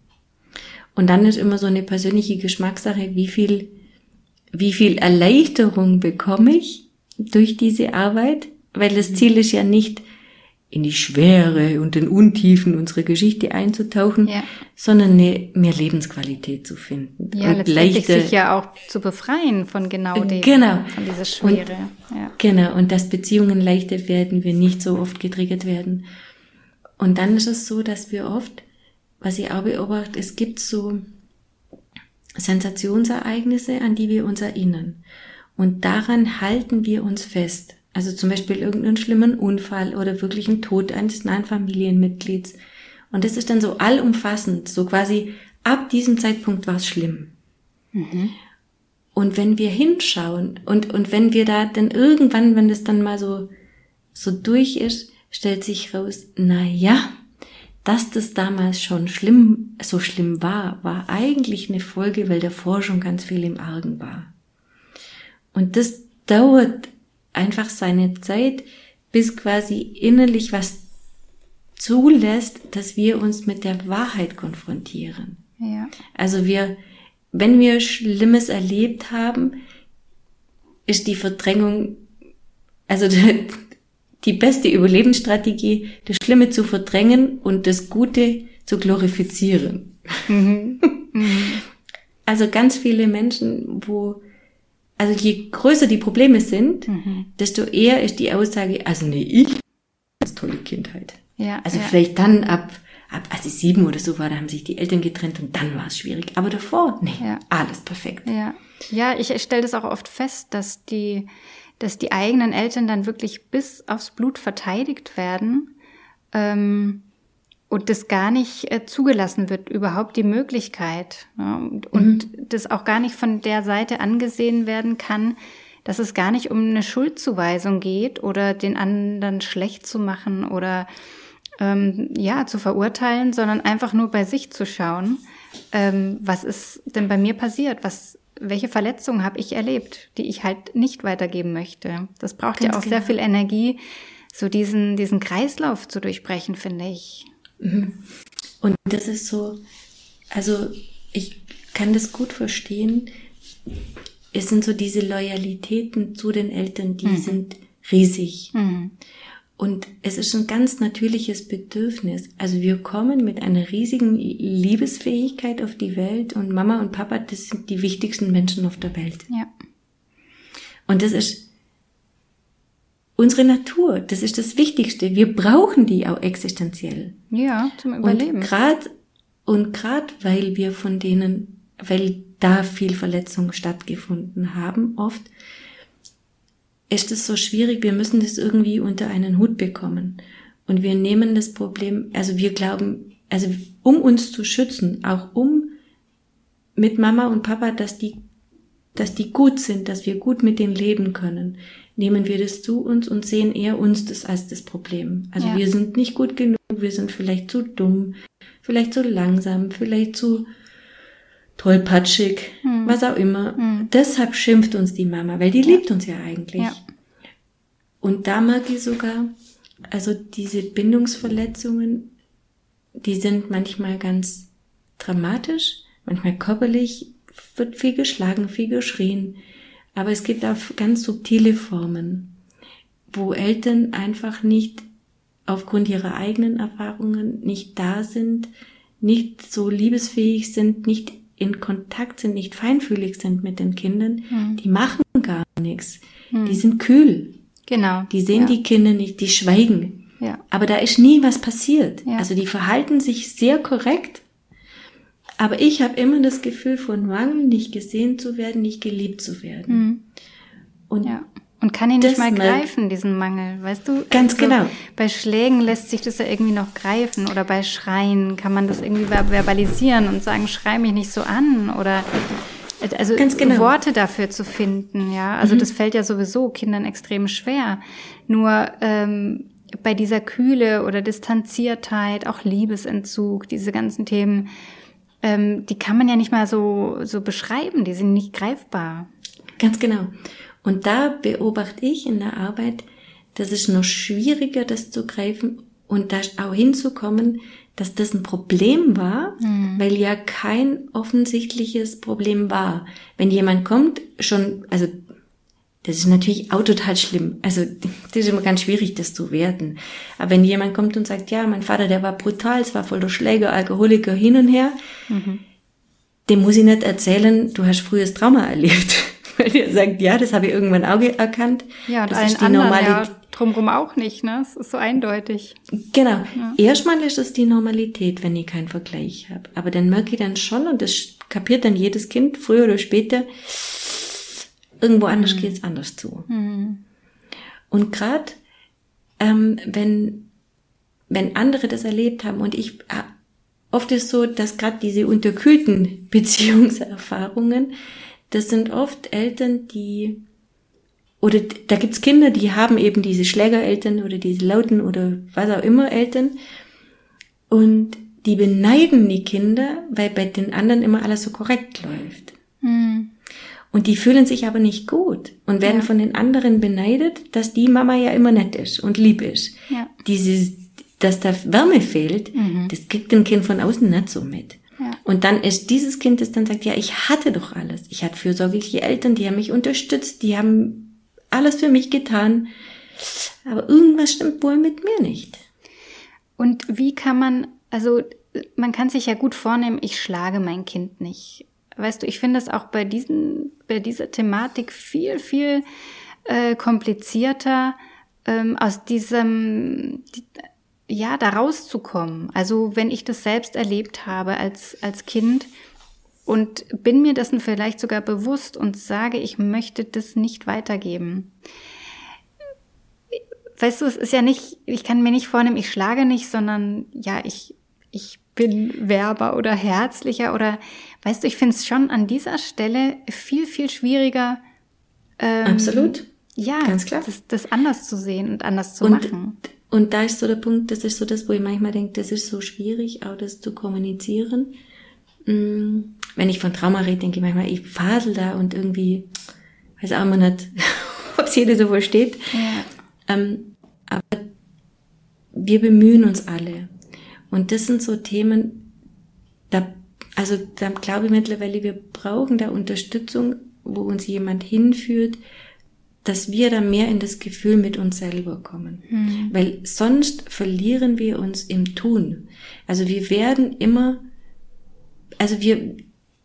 Und dann ist immer so eine persönliche Geschmackssache, wie viel, wie viel Erleichterung bekomme ich durch diese Arbeit, weil das Ziel ist ja nicht, in die Schwere und den Untiefen unserer Geschichte einzutauchen, ja. sondern eine, mehr Lebensqualität zu finden. Ja, und letztendlich leichte, sich ja auch zu befreien von genau dem, genau. von dieser Schwere. Und, ja. Genau, und dass Beziehungen leichter werden, wir nicht so oft getriggert werden. Und dann ist es so, dass wir oft, was ich auch beobachte, es gibt so Sensationsereignisse, an die wir uns erinnern. Und daran halten wir uns fest. Also zum Beispiel irgendeinen schlimmen Unfall oder wirklich einen Tod eines nahen Familienmitglieds. Und das ist dann so allumfassend, so quasi ab diesem Zeitpunkt war es schlimm. Mhm. Und wenn wir hinschauen und und wenn wir da dann irgendwann, wenn das dann mal so so durch ist, stellt sich raus, na ja, dass das damals schon schlimm, so schlimm war, war eigentlich eine Folge, weil davor schon ganz viel im Argen war. Und das dauert einfach seine Zeit, bis quasi innerlich was zulässt, dass wir uns mit der Wahrheit konfrontieren. Ja. Also wir, wenn wir Schlimmes erlebt haben, ist die Verdrängung, also die, die beste Überlebensstrategie, das Schlimme zu verdrängen und das Gute zu glorifizieren. Mhm. Mhm. Also ganz viele Menschen, wo Also je größer die Probleme sind, mhm. desto eher ist die Aussage, also nee, ich ganz tolle Kindheit. Ja, also ja. vielleicht dann ab, ab, als ich sieben oder so war, da haben sich die Eltern getrennt und dann war es schwierig. Aber davor, nee, ja. alles perfekt. Ja, ja, ich stelle das auch oft fest, dass die, dass die eigenen Eltern dann wirklich bis aufs Blut verteidigt werden, ähm, und das gar nicht äh, zugelassen wird, überhaupt die Möglichkeit. Ja, und und mhm. das auch gar nicht von der Seite angesehen werden kann, dass es gar nicht um eine Schuldzuweisung geht oder den anderen schlecht zu machen oder ähm, ja zu verurteilen, sondern einfach nur bei sich zu schauen, ähm, was ist denn bei mir passiert, was, welche Verletzungen habe ich erlebt, die ich halt nicht weitergeben möchte. Das braucht Ganz ja auch genau. sehr viel Energie, so diesen diesen Kreislauf zu durchbrechen, finde ich. Und das ist so, also ich kann das gut verstehen, es sind so diese Loyalitäten zu den Eltern, die mhm. sind riesig. Mhm. Und es ist ein ganz natürliches Bedürfnis. Also wir kommen mit einer riesigen Liebesfähigkeit auf die Welt und Mama und Papa, das sind die wichtigsten Menschen auf der Welt. Ja. Und das ist unsere Natur, das ist das Wichtigste. Wir brauchen die auch existenziell. Ja, zum Überleben. Und gerade und gerade weil wir von denen, weil da viel Verletzungen stattgefunden haben, oft ist es so schwierig, wir müssen das irgendwie unter einen Hut bekommen. Und wir nehmen das Problem, also wir glauben, also um uns zu schützen, auch um mit Mama und Papa, dass die, dass die gut sind, dass wir gut mit denen leben können, nehmen wir das zu uns und sehen eher uns das als das Problem. Also ja. wir sind nicht gut genug, wir sind vielleicht zu dumm, vielleicht zu langsam, vielleicht zu tollpatschig, hm. was auch immer. Hm. Deshalb schimpft uns die Mama, weil die ja. liebt uns ja eigentlich. Ja. Und da merke ich sogar, also diese Bindungsverletzungen, die sind manchmal ganz dramatisch, manchmal körperlich, wird viel geschlagen, viel geschrien. Aber es gibt auch ganz subtile Formen, wo Eltern einfach nicht aufgrund ihrer eigenen Erfahrungen nicht da sind, nicht so liebesfähig sind, nicht in Kontakt sind, nicht feinfühlig sind mit den Kindern, hm. die machen gar nichts. Hm. Die sind kühl. Genau. Die sehen ja. die Kinder nicht, die schweigen. Ja. Aber da ist nie was passiert. Ja. Also die verhalten sich sehr korrekt. Aber ich habe immer das Gefühl von Mangel, nicht gesehen zu werden, nicht geliebt zu werden. Hm. Und ja. Und kann ihn nicht mal greifen, diesen Mangel, weißt du? Ganz also, genau. Bei Schlägen lässt sich das ja irgendwie noch greifen oder bei Schreien kann man das irgendwie verbalisieren und sagen, schrei mich nicht so an oder also Ganz genau. Worte dafür zu finden, ja. Also mhm. das fällt ja sowieso Kindern extrem schwer. Nur ähm, bei dieser Kühle oder Distanziertheit, auch Liebesentzug, diese ganzen Themen, ähm, die kann man ja nicht mal so so beschreiben, die sind nicht greifbar. Ganz genau. Und da beobachte ich in der Arbeit, dass es noch schwieriger, das zu greifen und da auch hinzukommen, dass das ein Problem war, mhm. weil ja kein offensichtliches Problem war. Wenn jemand kommt, schon, also das ist natürlich auch total schlimm. Also das ist immer ganz schwierig, das zu werten. Aber wenn jemand kommt und sagt, ja, mein Vater, der war brutal, es war voller Schläger, Alkoholiker, hin und her, mhm. dem muss ich nicht erzählen, du hast frühes Trauma erlebt. Weil ihr sagt, ja, das habe ich irgendwann auch erkannt. Ja, und das allen ist die anderen Normalität. Ja, drumherum auch nicht, ne? Es ist so eindeutig. Genau. Ja. Erstmal ist es die Normalität, wenn ich keinen Vergleich habe. Aber dann merke ich dann schon, und das kapiert dann jedes Kind, früher oder später, irgendwo anders mhm. geht es anders zu. Mhm. Und gerade, ähm, wenn, wenn andere das erlebt haben, und ich, äh, oft ist so, dass gerade diese unterkühlten Beziehungserfahrungen, das sind oft Eltern, die, oder da gibt's Kinder, die haben eben diese Schlägereltern oder diese lauten oder was auch immer Eltern und die beneiden die Kinder, weil bei den anderen immer alles so korrekt läuft. Mhm. Und die fühlen sich aber nicht gut und werden ja. von den anderen beneidet, dass die Mama ja immer nett ist und lieb ist. Ja. Dieses, dass da Wärme fehlt, mhm. das kriegt ein Kind von außen nicht so mit. Ja. Und dann ist dieses Kind, das dann sagt, ja, ich hatte doch alles. Ich hatte fürsorgliche Eltern, die haben mich unterstützt, die haben alles für mich getan. Aber irgendwas stimmt wohl mit mir nicht. Und wie kann man, also man kann sich ja gut vornehmen, ich schlage mein Kind nicht. Weißt du, ich finde es auch bei diesen, bei dieser Thematik viel, viel äh, komplizierter, ähm, aus diesem, die, ja, da rauszukommen. Also wenn ich das selbst erlebt habe als als Kind und bin mir dessen vielleicht sogar bewusst und sage, ich möchte das nicht weitergeben. Weißt du, es ist ja nicht, ich kann mir nicht vornehmen, ich schlage nicht, sondern ja, ich ich bin wärmer oder herzlicher oder, weißt du, ich finde es schon an dieser Stelle viel, viel schwieriger. Ähm, Absolut. Ja, ganz klar. Das, das anders zu sehen und anders zu und, machen. Und da ist so der Punkt, das ist so das, wo ich manchmal denke, das ist so schwierig, auch das zu kommunizieren. Wenn ich von Trauma rede, denke ich manchmal, ich fadel da und irgendwie, weiß auch immer nicht, ob es jeder so versteht. Ja. Ähm, aber wir bemühen uns alle. Und das sind so Themen, da, also da glaube ich mittlerweile, wir brauchen da Unterstützung, wo uns jemand hinführt, dass wir da mehr in das Gefühl mit uns selber kommen. Mhm. Weil sonst verlieren wir uns im Tun. Also wir werden immer, also wir,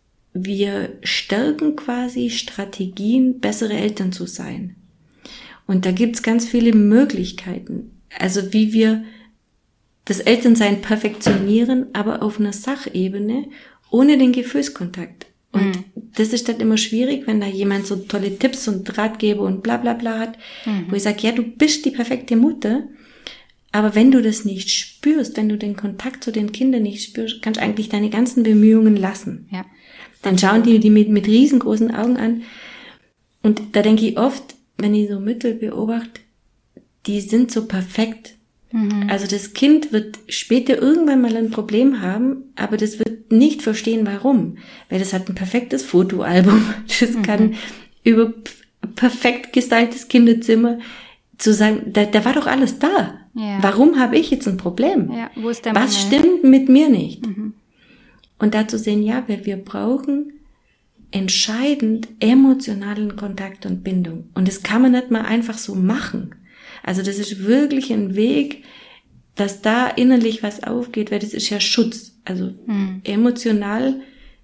wir stärken quasi Strategien, bessere Eltern zu sein. Und da gibt's ganz viele Möglichkeiten. Also wie wir das Elternsein perfektionieren, aber auf einer Sachebene, ohne den Gefühlskontakt. Und mhm. das ist dann immer schwierig, wenn da jemand so tolle Tipps und Ratgeber und bla bla bla hat, mhm. wo ich sage, ja, du bist die perfekte Mutter, aber wenn du das nicht spürst, wenn du den Kontakt zu den Kindern nicht spürst, kannst du eigentlich deine ganzen Bemühungen lassen. Ja. Dann schauen die die mit, mit riesengroßen Augen an. Und da denke ich oft, wenn ich so Mütter beobachte, die sind so perfekt. Mhm. Also das Kind wird später irgendwann mal ein Problem haben, aber das wird nicht verstehen, warum. Weil das hat ein perfektes Fotoalbum. Das mhm. kann über perfekt gestaltetes Kinderzimmer zu sagen, da, da war doch alles da. Ja. Warum habe ich jetzt ein Problem? Ja, wo ist der Was Mangel? Stimmt mit mir nicht? Mhm. Und da zu sehen, ja, wir, wir brauchen entscheidend emotionalen Kontakt und Bindung. Und das kann man nicht mal einfach so machen. Also das ist wirklich ein Weg, dass da innerlich was aufgeht, weil das ist ja Schutz. Also hm. emotional,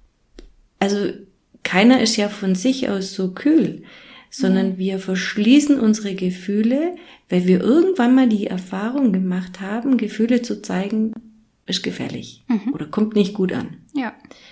also keiner ist ja von sich aus so kühl, sondern hm. wir verschließen unsere Gefühle, weil wir irgendwann mal die Erfahrung gemacht haben, Gefühle zu zeigen, ist gefährlich mhm. oder kommt nicht gut an. Ja.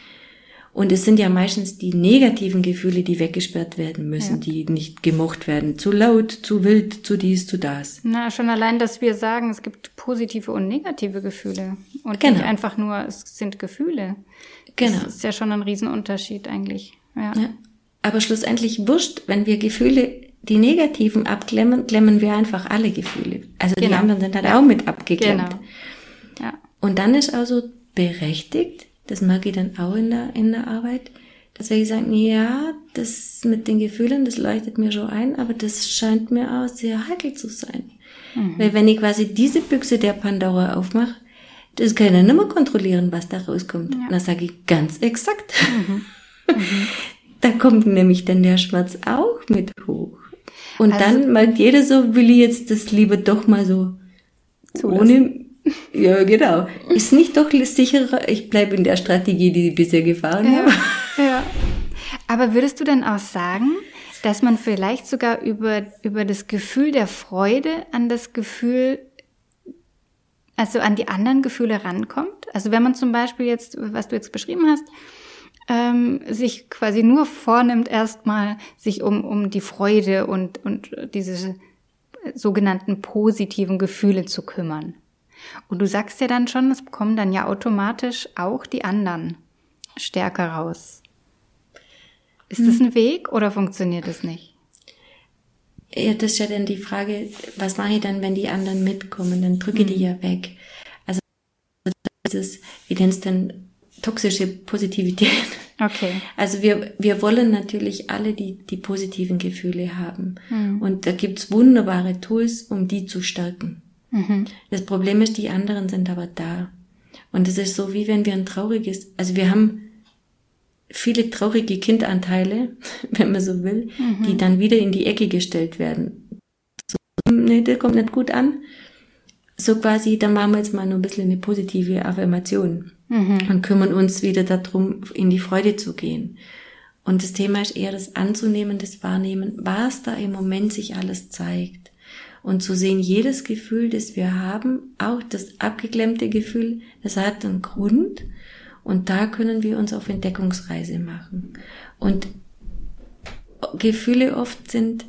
Und es sind ja meistens die negativen Gefühle, die weggesperrt werden müssen, ja. die nicht gemocht werden. Zu laut, zu wild, zu dies, zu das. Na, schon allein, dass wir sagen, es gibt positive und negative Gefühle. Und genau. nicht einfach nur, es sind Gefühle. Genau. Das ist ja schon ein Riesenunterschied eigentlich. Ja. Ja. Aber schlussendlich wurscht, wenn wir Gefühle, die negativen abklemmen, klemmen wir einfach alle Gefühle. Also genau. die anderen sind halt ja. auch mit abgeklemmt. Genau. Ja. Und dann ist also berechtigt, das mag ich dann auch in der, in der Arbeit, dass wir sagen, ja, das mit den Gefühlen, das leuchtet mir schon ein, aber das scheint mir auch sehr heikel zu sein. Mhm. Weil wenn ich quasi diese Büchse der Pandora aufmache, das kann ja nicht mehr kontrollieren, was da rauskommt. Ja. Dann sage ich ganz exakt. Mhm. Mhm. Da kommt nämlich dann der Schmerz auch mit hoch. Und also, dann merkt jeder so, will ich jetzt das lieber doch mal so zulassen. Ohne... Ja, genau. Ist nicht doch sicherer, ich bleibe in der Strategie, die ich bisher gefahren ja, habe. Ja. Aber würdest du dann auch sagen, dass man vielleicht sogar über, über das Gefühl der Freude an das Gefühl, also an die anderen Gefühle rankommt? Also wenn man zum Beispiel jetzt, was du jetzt beschrieben hast, ähm, sich quasi nur vornimmt, erstmal sich um, um die Freude und, und diese sogenannten positiven Gefühle zu kümmern. Und du sagst ja dann schon, es kommen dann ja automatisch auch die anderen stärker raus. Ist hm. das ein Weg oder funktioniert das nicht? Ja, das ist ja dann die Frage, was mache ich dann, wenn die anderen mitkommen? Dann drücke ich hm. die ja weg. Also das ist, wie nennt es denn, toxische Positivität. Okay. Also wir wir wollen natürlich alle die die positiven Gefühle haben. Hm. Und da gibt's wunderbare Tools, um die zu stärken. Mhm. Das Problem ist, die anderen sind aber da. Und es ist so, wie wenn wir ein trauriges, also wir haben viele traurige Kindanteile, wenn man so will, mhm. die dann wieder in die Ecke gestellt werden. So, nee, das kommt nicht gut an. So quasi, dann machen wir jetzt mal nur ein bisschen eine positive Affirmation mhm. und kümmern uns wieder darum, in die Freude zu gehen. Und das Thema ist eher das Anzunehmen, das Wahrnehmen, was da im Moment sich alles zeigt. Und zu sehen, jedes Gefühl, das wir haben, auch das abgeklemmte Gefühl, das hat einen Grund. Und da können wir uns auf Entdeckungsreise machen. Und Gefühle oft sind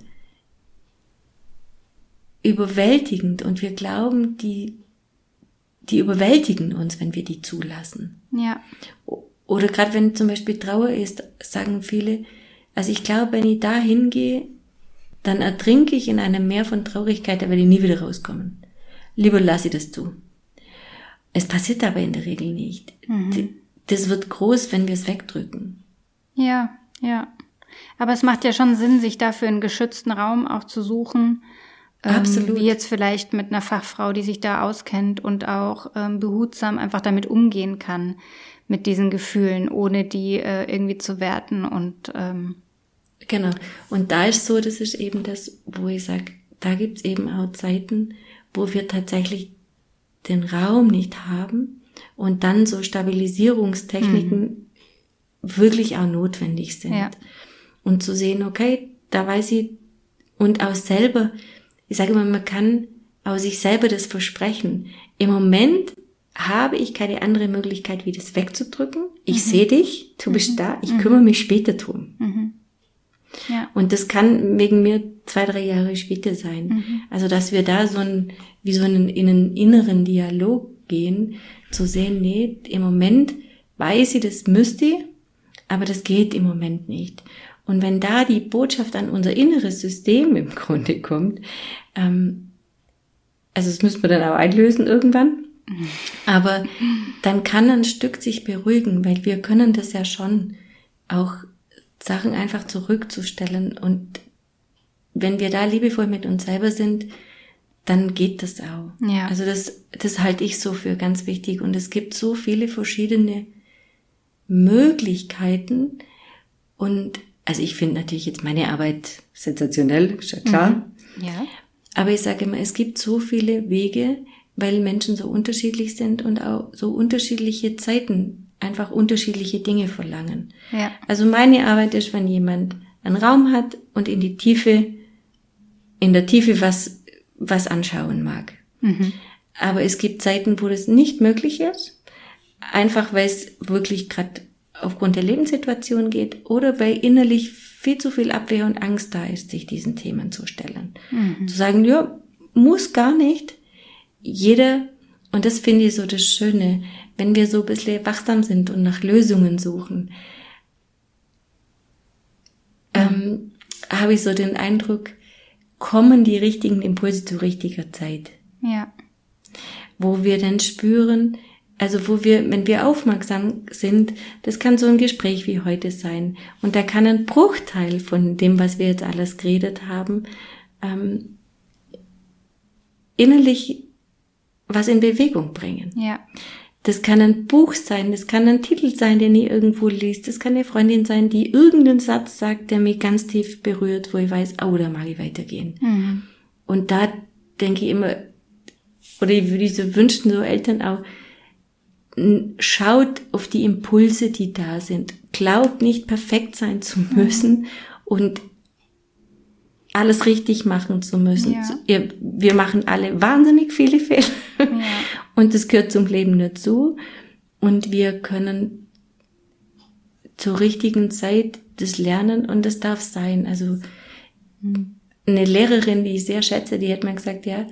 überwältigend und wir glauben, die, die überwältigen uns, wenn wir die zulassen. Ja. Oder gerade wenn zum Beispiel Trauer ist, sagen viele, also ich glaube, wenn ich da hingehe, dann ertrinke ich in einem Meer von Traurigkeit, da werde ich nie wieder rauskommen. Lieber lasse ich das zu. Es passiert aber in der Regel nicht. Mhm. Das wird groß, wenn wir es wegdrücken. Ja, ja. Aber es macht ja schon Sinn, sich dafür einen geschützten Raum auch zu suchen. Absolut. Ähm, wie jetzt vielleicht mit einer Fachfrau, die sich da auskennt und auch ähm, behutsam einfach damit umgehen kann, mit diesen Gefühlen, ohne die äh, irgendwie zu werten und ähm, Genau. Und da ist so, das ist eben das, wo ich sage, da gibt's eben auch Zeiten, wo wir tatsächlich den Raum nicht haben und dann so Stabilisierungstechniken mhm. wirklich auch notwendig sind. Ja. Und zu sehen, okay, da weiß ich, und auch selber, ich sage immer, man kann auch sich selber das versprechen. Im Moment habe ich keine andere Möglichkeit, wie das wegzudrücken. Ich mhm. sehe dich, du mhm. bist da, ich mhm. kümmere mich später drum. Mhm. Ja. Und das kann wegen mir zwei, drei Jahre später sein. Mhm. Also, dass wir da so ein, wie so einen, in einen inneren Dialog gehen, zu sehen, nee, im Moment weiß ich, das müsste ich, aber das geht im Moment nicht. Und wenn da die Botschaft an unser inneres System im Grunde kommt, ähm, also das müssen wir dann auch einlösen irgendwann, mhm. aber dann kann ein Stück sich beruhigen, weil wir können das ja schon auch Sachen einfach zurückzustellen und wenn wir da liebevoll mit uns selber sind, dann geht das auch. Ja. Also das, das halte ich so für ganz wichtig und es gibt so viele verschiedene Möglichkeiten und also ich finde natürlich jetzt meine Arbeit sensationell, ist ja klar. Mhm. Ja. Aber ich sage immer, es gibt so viele Wege, weil Menschen so unterschiedlich sind und auch so unterschiedliche Zeiten einfach unterschiedliche Dinge verlangen. Ja. Also meine Arbeit ist, wenn jemand einen Raum hat und in die Tiefe, in der Tiefe was, was anschauen mag. Mhm. Aber es gibt Zeiten, wo das nicht möglich ist, einfach weil es wirklich gerade aufgrund der Lebenssituation geht oder weil innerlich viel zu viel Abwehr und Angst da ist, sich diesen Themen zu stellen. Mhm. Zu sagen, ja, muss gar nicht. Jeder, und das finde ich so das Schöne, wenn wir so ein bisschen wachsam sind und nach Lösungen suchen, ähm, habe ich so den Eindruck, kommen die richtigen Impulse zu richtiger Zeit. Ja. Wo wir dann spüren, also wo wir, wenn wir aufmerksam sind, das kann so ein Gespräch wie heute sein. Und da kann ein Bruchteil von dem, was wir jetzt alles geredet haben, ähm, innerlich was in Bewegung bringen. Ja. Das kann ein Buch sein, das kann ein Titel sein, den ihr irgendwo liest, das kann eine Freundin sein, die irgendeinen Satz sagt, der mich ganz tief berührt, wo ich weiß, oh, da mag ich weitergehen. Mhm. Und da denke ich immer, oder ich würde so wünschen, so Eltern auch, schaut auf die Impulse, die da sind. Glaubt nicht, perfekt sein zu müssen mhm. und alles richtig machen zu müssen. Ja. Wir machen alle wahnsinnig viele Fehler. Ja. Und das gehört zum Leben dazu. Und wir können zur richtigen Zeit das lernen und das darf sein. Also eine Lehrerin, die ich sehr schätze, die hat mir gesagt, ja,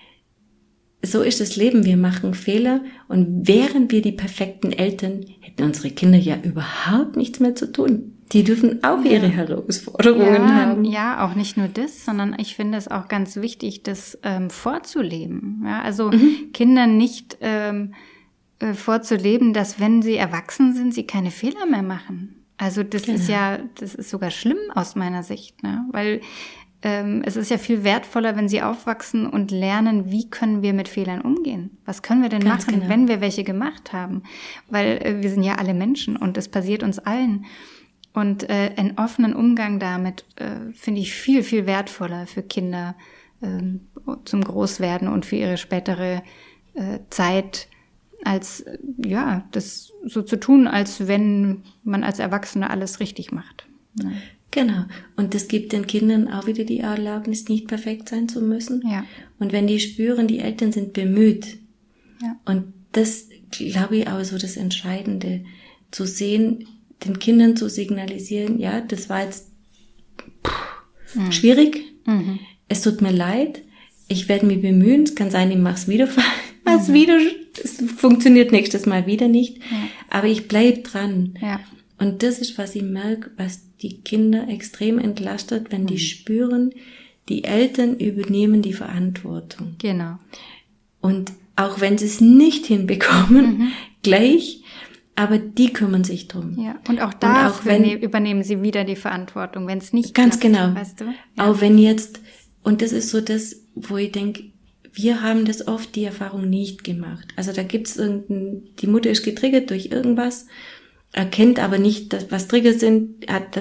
so ist das Leben, wir machen Fehler und wären wir die perfekten Eltern, hätten unsere Kinder ja überhaupt nichts mehr zu tun. Die dürfen auch ja. ihre Herausforderungen ja, haben. Ja, auch nicht nur das, sondern ich finde es auch ganz wichtig, das ähm, vorzuleben. Ja, also mhm. Kindern nicht ähm, äh, vorzuleben, dass wenn sie erwachsen sind, sie keine Fehler mehr machen. Also das genau. ist ja, das ist sogar schlimm aus meiner Sicht, ne? Weil ähm, es ist ja viel wertvoller, wenn sie aufwachsen und lernen, wie können wir mit Fehlern umgehen? Was können wir denn ganz machen, genau. wenn wir welche gemacht haben? Weil äh, wir sind ja alle Menschen und es passiert uns allen. Und äh, einen offenen Umgang damit äh, finde ich viel, viel wertvoller für Kinder äh, zum Großwerden und für ihre spätere äh, Zeit, als äh, ja das so zu tun, als wenn man als Erwachsene alles richtig macht. Ja. Genau. Und das gibt den Kindern auch wieder die Erlaubnis, nicht perfekt sein zu müssen. Ja. Und wenn die spüren, die Eltern sind bemüht. Ja. Und das, glaube ich, auch so das Entscheidende, zu sehen, den Kindern zu signalisieren, ja, das war jetzt pff, mhm. schwierig, mhm. es tut mir leid, ich werde mich bemühen, es kann sein, ich mache es wieder, mhm. wieder, es funktioniert nächstes Mal wieder nicht, ja. aber ich bleib dran. Ja. Und das ist, was ich merke, was die Kinder extrem entlastet, wenn mhm. die spüren, die Eltern übernehmen die Verantwortung. Genau. Und auch wenn sie es nicht hinbekommen, mhm. gleich, aber die kümmern sich drum. Ja, und auch da und auch wenn, übernehmen sie wieder die Verantwortung, wenn es nicht ganz klappt, genau. Weißt du? Ja. Auch wenn jetzt, und das ist so das, wo ich denke, wir haben das oft die Erfahrung nicht gemacht. Also da gibt's irgendein, die Mutter ist getriggert durch irgendwas, erkennt aber nicht, dass, was Trigger sind, hat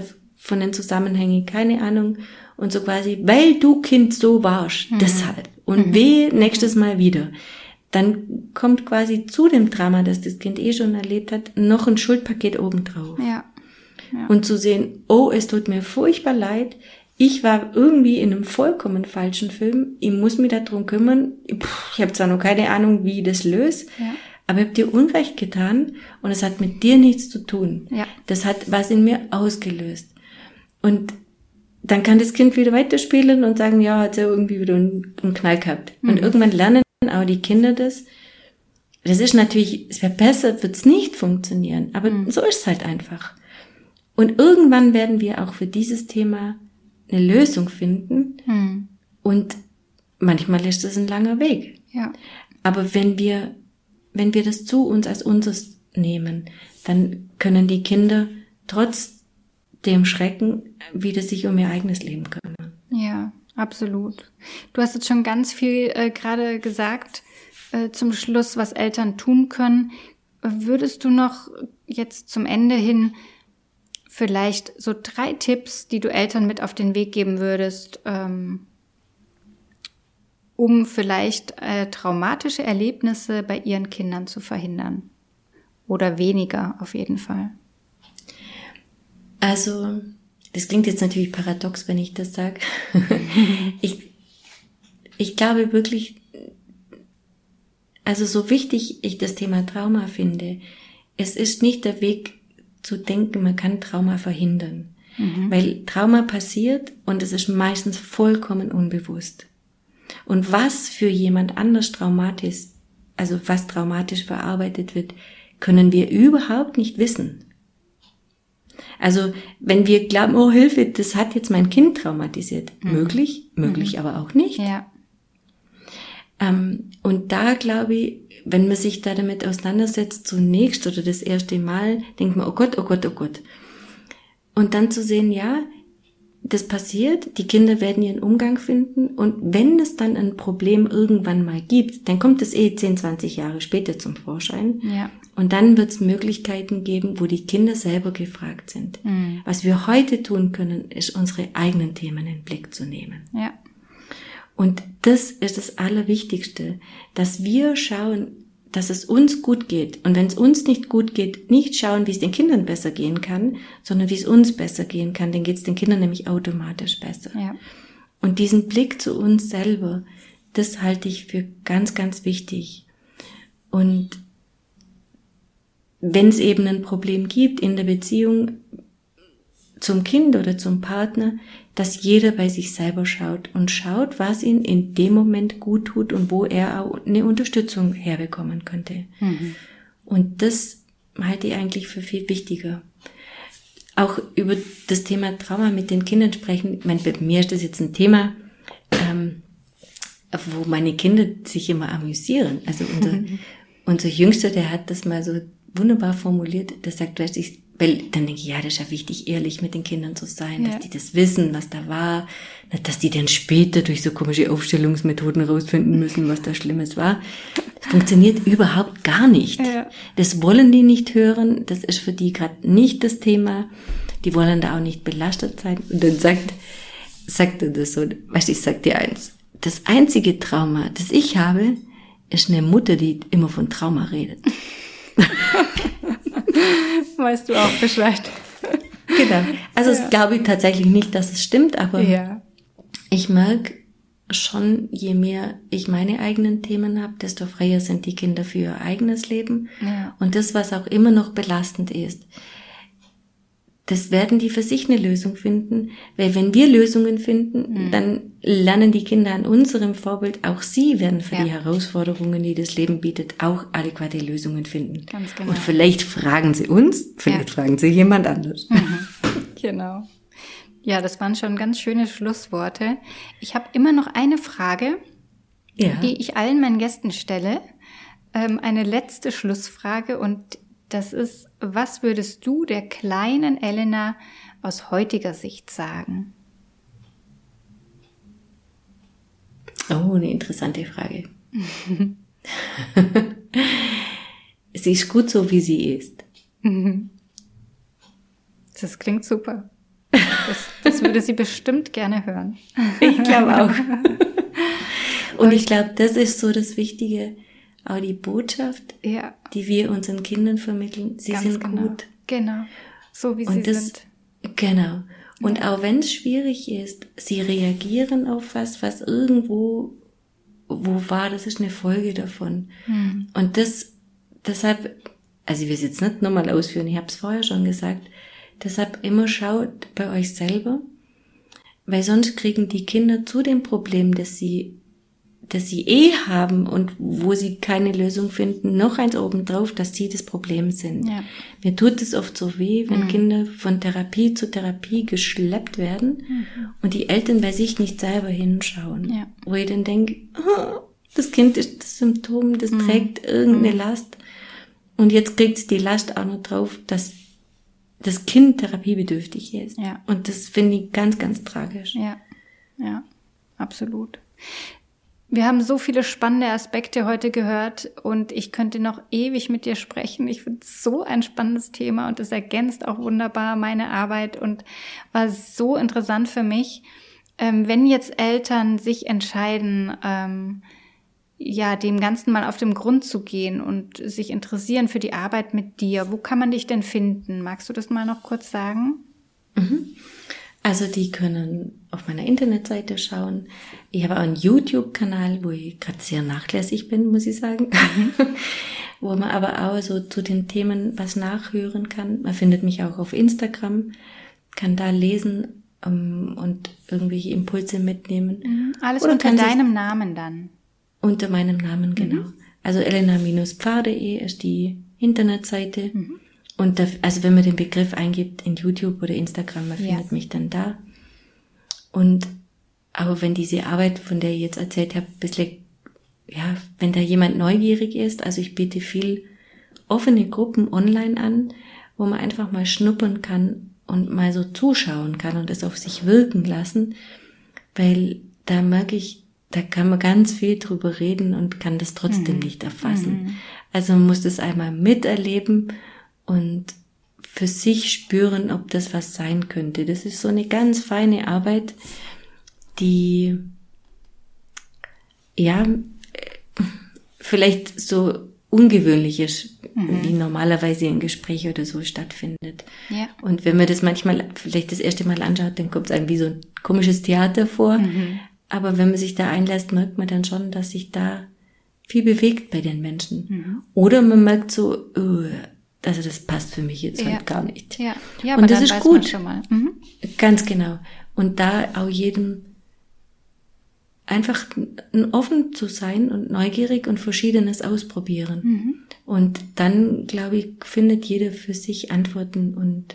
von den Zusammenhängen, keine Ahnung. Und so quasi, weil du Kind so warst, mhm. deshalb. Und mhm. weh, nächstes Mal wieder. Dann kommt quasi zu dem Drama, das das Kind eh schon erlebt hat, noch ein Schuldpaket obendrauf. Ja. Ja. Und zu sehen, oh, es tut mir furchtbar leid, ich war irgendwie in einem vollkommen falschen Film, ich muss mich darum kümmern, ich habe zwar noch keine Ahnung, wie ich das löse, ja. aber ich habe dir Unrecht getan und es hat mit dir nichts zu tun. Ja. Das hat was in mir ausgelöst. Und dann kann das Kind wieder weiterspielen und sagen, ja, hat ja irgendwie wieder einen, einen Knall gehabt. Mhm. Und irgendwann lernen auch die Kinder das. Das ist natürlich, es wäre besser, wird es nicht funktionieren, aber mhm. so ist es halt einfach. Und irgendwann werden wir auch für dieses Thema eine Lösung finden. Hm. Und manchmal ist das ein langer Weg. Ja. Aber wenn wir, wenn wir das zu uns als unseres nehmen, dann können die Kinder trotz dem Schrecken wieder sich um ihr eigenes Leben kümmern. Ja, absolut. Du hast jetzt schon ganz viel äh, gerade gesagt, äh, zum Schluss, was Eltern tun können. Würdest du noch jetzt zum Ende hin vielleicht so drei Tipps, die du Eltern mit auf den Weg geben würdest, ähm, um vielleicht äh, traumatische Erlebnisse bei ihren Kindern zu verhindern? Oder weniger auf jeden Fall. Also, das klingt jetzt natürlich paradox, wenn ich das sage. ich, ich glaube wirklich, also so wichtig ich das Thema Trauma finde, es ist nicht der Weg, zu denken, man kann Trauma verhindern. Mhm. Weil Trauma passiert und es ist meistens vollkommen unbewusst. Und was für jemand anders traumatisch, also was traumatisch verarbeitet wird, können wir überhaupt nicht wissen. Also wenn wir glauben, oh Hilfe, das hat jetzt mein Kind traumatisiert. Mhm. Möglich, möglich mhm. aber auch nicht. Ja. Ähm, und da glaube ich, wenn man sich da damit auseinandersetzt, zunächst oder das erste Mal, denkt man, oh Gott, oh Gott, oh Gott. Und dann zu sehen, ja, das passiert, die Kinder werden ihren Umgang finden und wenn es dann ein Problem irgendwann mal gibt, dann kommt es eh zehn, zwanzig Jahre später zum Vorschein. Ja. Und dann wird es Möglichkeiten geben, wo die Kinder selber gefragt sind. Mhm. Was wir heute tun können, ist unsere eigenen Themen in den Blick zu nehmen. Ja. Und das ist das Allerwichtigste, dass wir schauen, dass es uns gut geht. Und wenn es uns nicht gut geht, nicht schauen, wie es den Kindern besser gehen kann, sondern wie es uns besser gehen kann, dann geht es den Kindern nämlich automatisch besser. Ja. Und diesen Blick zu uns selber, das halte ich für ganz, ganz wichtig. Und wenn es eben ein Problem gibt in der Beziehung zum Kind oder zum Partner, dass jeder bei sich selber schaut und schaut, was ihn in dem Moment gut tut und wo er auch eine Unterstützung herbekommen könnte. Mhm. Und das halte ich eigentlich für viel wichtiger. Auch über das Thema Trauma mit den Kindern sprechen. Ich meine, bei mir ist das jetzt ein Thema, ähm, wo meine Kinder sich immer amüsieren. Also unser, unser Jüngster, der hat das mal so wunderbar formuliert, der sagt, weißt du, ich Weil dann denke ich, ja, das ist ja wichtig, ehrlich mit den Kindern zu sein, ja. dass die das wissen, was da war, nicht, dass die dann später durch so komische Aufstellungsmethoden rausfinden müssen, was da Schlimmes war. Das funktioniert überhaupt gar nicht. Ja. Das wollen die nicht hören, das ist für die gerade nicht das Thema, die wollen da auch nicht belastet sein. Und dann sagt, sagt er das so, weißt du, ich sag dir eins, das einzige Trauma, das ich habe, ist eine Mutter, die immer von Trauma redet. Weißt du auch Bescheid. Genau. Also ja. Ich glaube tatsächlich nicht, dass es stimmt, aber ja. ich merke schon, je mehr ich meine eigenen Themen habe, desto freier sind die Kinder für ihr eigenes Leben. Ja. Und das, was auch immer noch belastend ist, das werden die für sich eine Lösung finden, weil wenn wir Lösungen finden, mhm. dann lernen die Kinder an unserem Vorbild, auch sie werden für ja. die Herausforderungen, die das Leben bietet, auch adäquate Lösungen finden. Ganz genau. Und vielleicht fragen sie uns, vielleicht ja. fragen sie jemand anders. Mhm. Genau. Ja, das waren schon ganz schöne Schlussworte. Ich habe immer noch eine Frage, ja. die ich allen meinen Gästen stelle. Ähm, eine letzte Schlussfrage und das ist, was würdest du der kleinen Elena aus heutiger Sicht sagen? Oh, eine interessante Frage. Sie ist gut so, wie sie ist. Das klingt super. Das, das würde sie bestimmt gerne hören. Ich glaube auch. Und ich glaube, das ist so das Wichtige, auch die Botschaft, ja. die wir unseren Kindern vermitteln. Sie Ganz sind genau. gut. Genau, so wie Und sie das, sind. Genau. Und ja. auch wenn es schwierig ist, sie reagieren auf was, was irgendwo wo war, das ist eine Folge davon. Hm. Und das, deshalb, also ich will es jetzt nicht nochmal ausführen, ich habe es vorher schon gesagt, deshalb immer schaut bei euch selber, weil sonst kriegen die Kinder zu dem Problem, das sie, das sie eh haben und wo sie keine Lösung finden, noch eins obendrauf, dass sie das Problem sind. Ja. Mir tut es oft so weh, wenn mhm. Kinder von Therapie zu Therapie geschleppt werden mhm. und die Eltern bei sich nicht selber hinschauen. Ja. Wo ich dann denke, oh, das Kind ist das Symptom, das mhm. trägt irgendeine mhm. Last und jetzt kriegt es die Last auch noch drauf, dass das Kind therapiebedürftig ist. Ja. Und das finde ich ganz, ganz tragisch. Ja, ja, absolut. Wir haben so viele spannende Aspekte heute gehört und ich könnte noch ewig mit dir sprechen. Ich finde es so ein spannendes Thema und es ergänzt auch wunderbar meine Arbeit und war so interessant für mich. Ähm, wenn jetzt Eltern sich entscheiden, ähm, ja, dem Ganzen mal auf den Grund zu gehen und sich interessieren für die Arbeit mit dir, wo kann man dich denn finden? Magst du das mal noch kurz sagen? Mhm. Also die können auf meiner Internetseite schauen. Ich habe auch einen YouTube-Kanal, wo ich gerade sehr nachlässig bin, muss ich sagen. Wo man aber auch so zu den Themen was nachhören kann. Man findet mich auch auf Instagram, kann da lesen um, und irgendwelche Impulse mitnehmen. Mhm. Alles Oder unter deinem Namen dann? Unter meinem Namen, genau. Mhm. Also elena Bindestrich pfarr punkt de ist die Internetseite. Mhm. Und da, also wenn man den Begriff eingibt in YouTube oder Instagram, man ja. findet mich dann da. Und aber wenn diese Arbeit, von der ich jetzt erzählt habe, bisschen, ja, wenn da jemand neugierig ist, also ich biete viel offene Gruppen online an, wo man einfach mal schnuppern kann und mal so zuschauen kann und es auf sich wirken lassen, weil da merke ich, da kann man ganz viel drüber reden und kann das trotzdem mhm. nicht erfassen. Mhm. Also man muss das einmal miterleben und für sich spüren, ob das was sein könnte. Das ist so eine ganz feine Arbeit, die ja vielleicht so ungewöhnlich ist, mhm. wie normalerweise ein Gespräch oder so stattfindet. Ja. Und wenn man das manchmal vielleicht das erste Mal anschaut, dann kommt es einem wie so ein komisches Theater vor. Mhm. Aber wenn man sich da einlässt, merkt man dann schon, dass sich da viel bewegt bei den Menschen. Mhm. Oder man merkt so, uh, also das passt für mich jetzt ja. halt gar nicht. Ja, ja aber und das dann ist weiß gut. Man schon mal. Mhm. Ganz genau. Und da auch jedem einfach offen zu sein und neugierig und Verschiedenes ausprobieren. Mhm. Und dann, glaube ich, findet jeder für sich Antworten und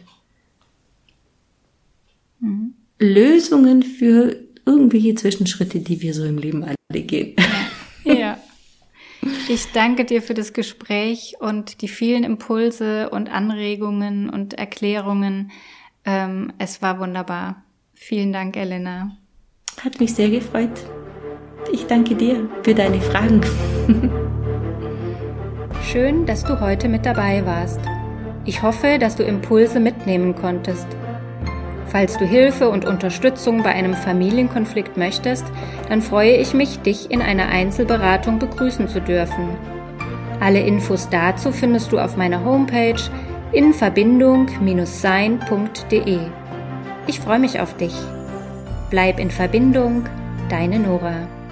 mhm. Lösungen für irgendwelche Zwischenschritte, die wir so im Leben alle gehen. Ja. ja. Ich danke dir für das Gespräch und die vielen Impulse und Anregungen und Erklärungen. Ähm, es war wunderbar. Vielen Dank, Elena. Hat mich sehr gefreut. Ich danke dir für deine Fragen. Schön, dass du heute mit dabei warst. Ich hoffe, dass du Impulse mitnehmen konntest. Falls du Hilfe und Unterstützung bei einem Familienkonflikt möchtest, dann freue ich mich, dich in einer Einzelberatung begrüßen zu dürfen. Alle Infos dazu findest du auf meiner Homepage in verbindung Bindestrich sein Punkt de. Ich freue mich auf dich. Bleib in Verbindung, deine Nora.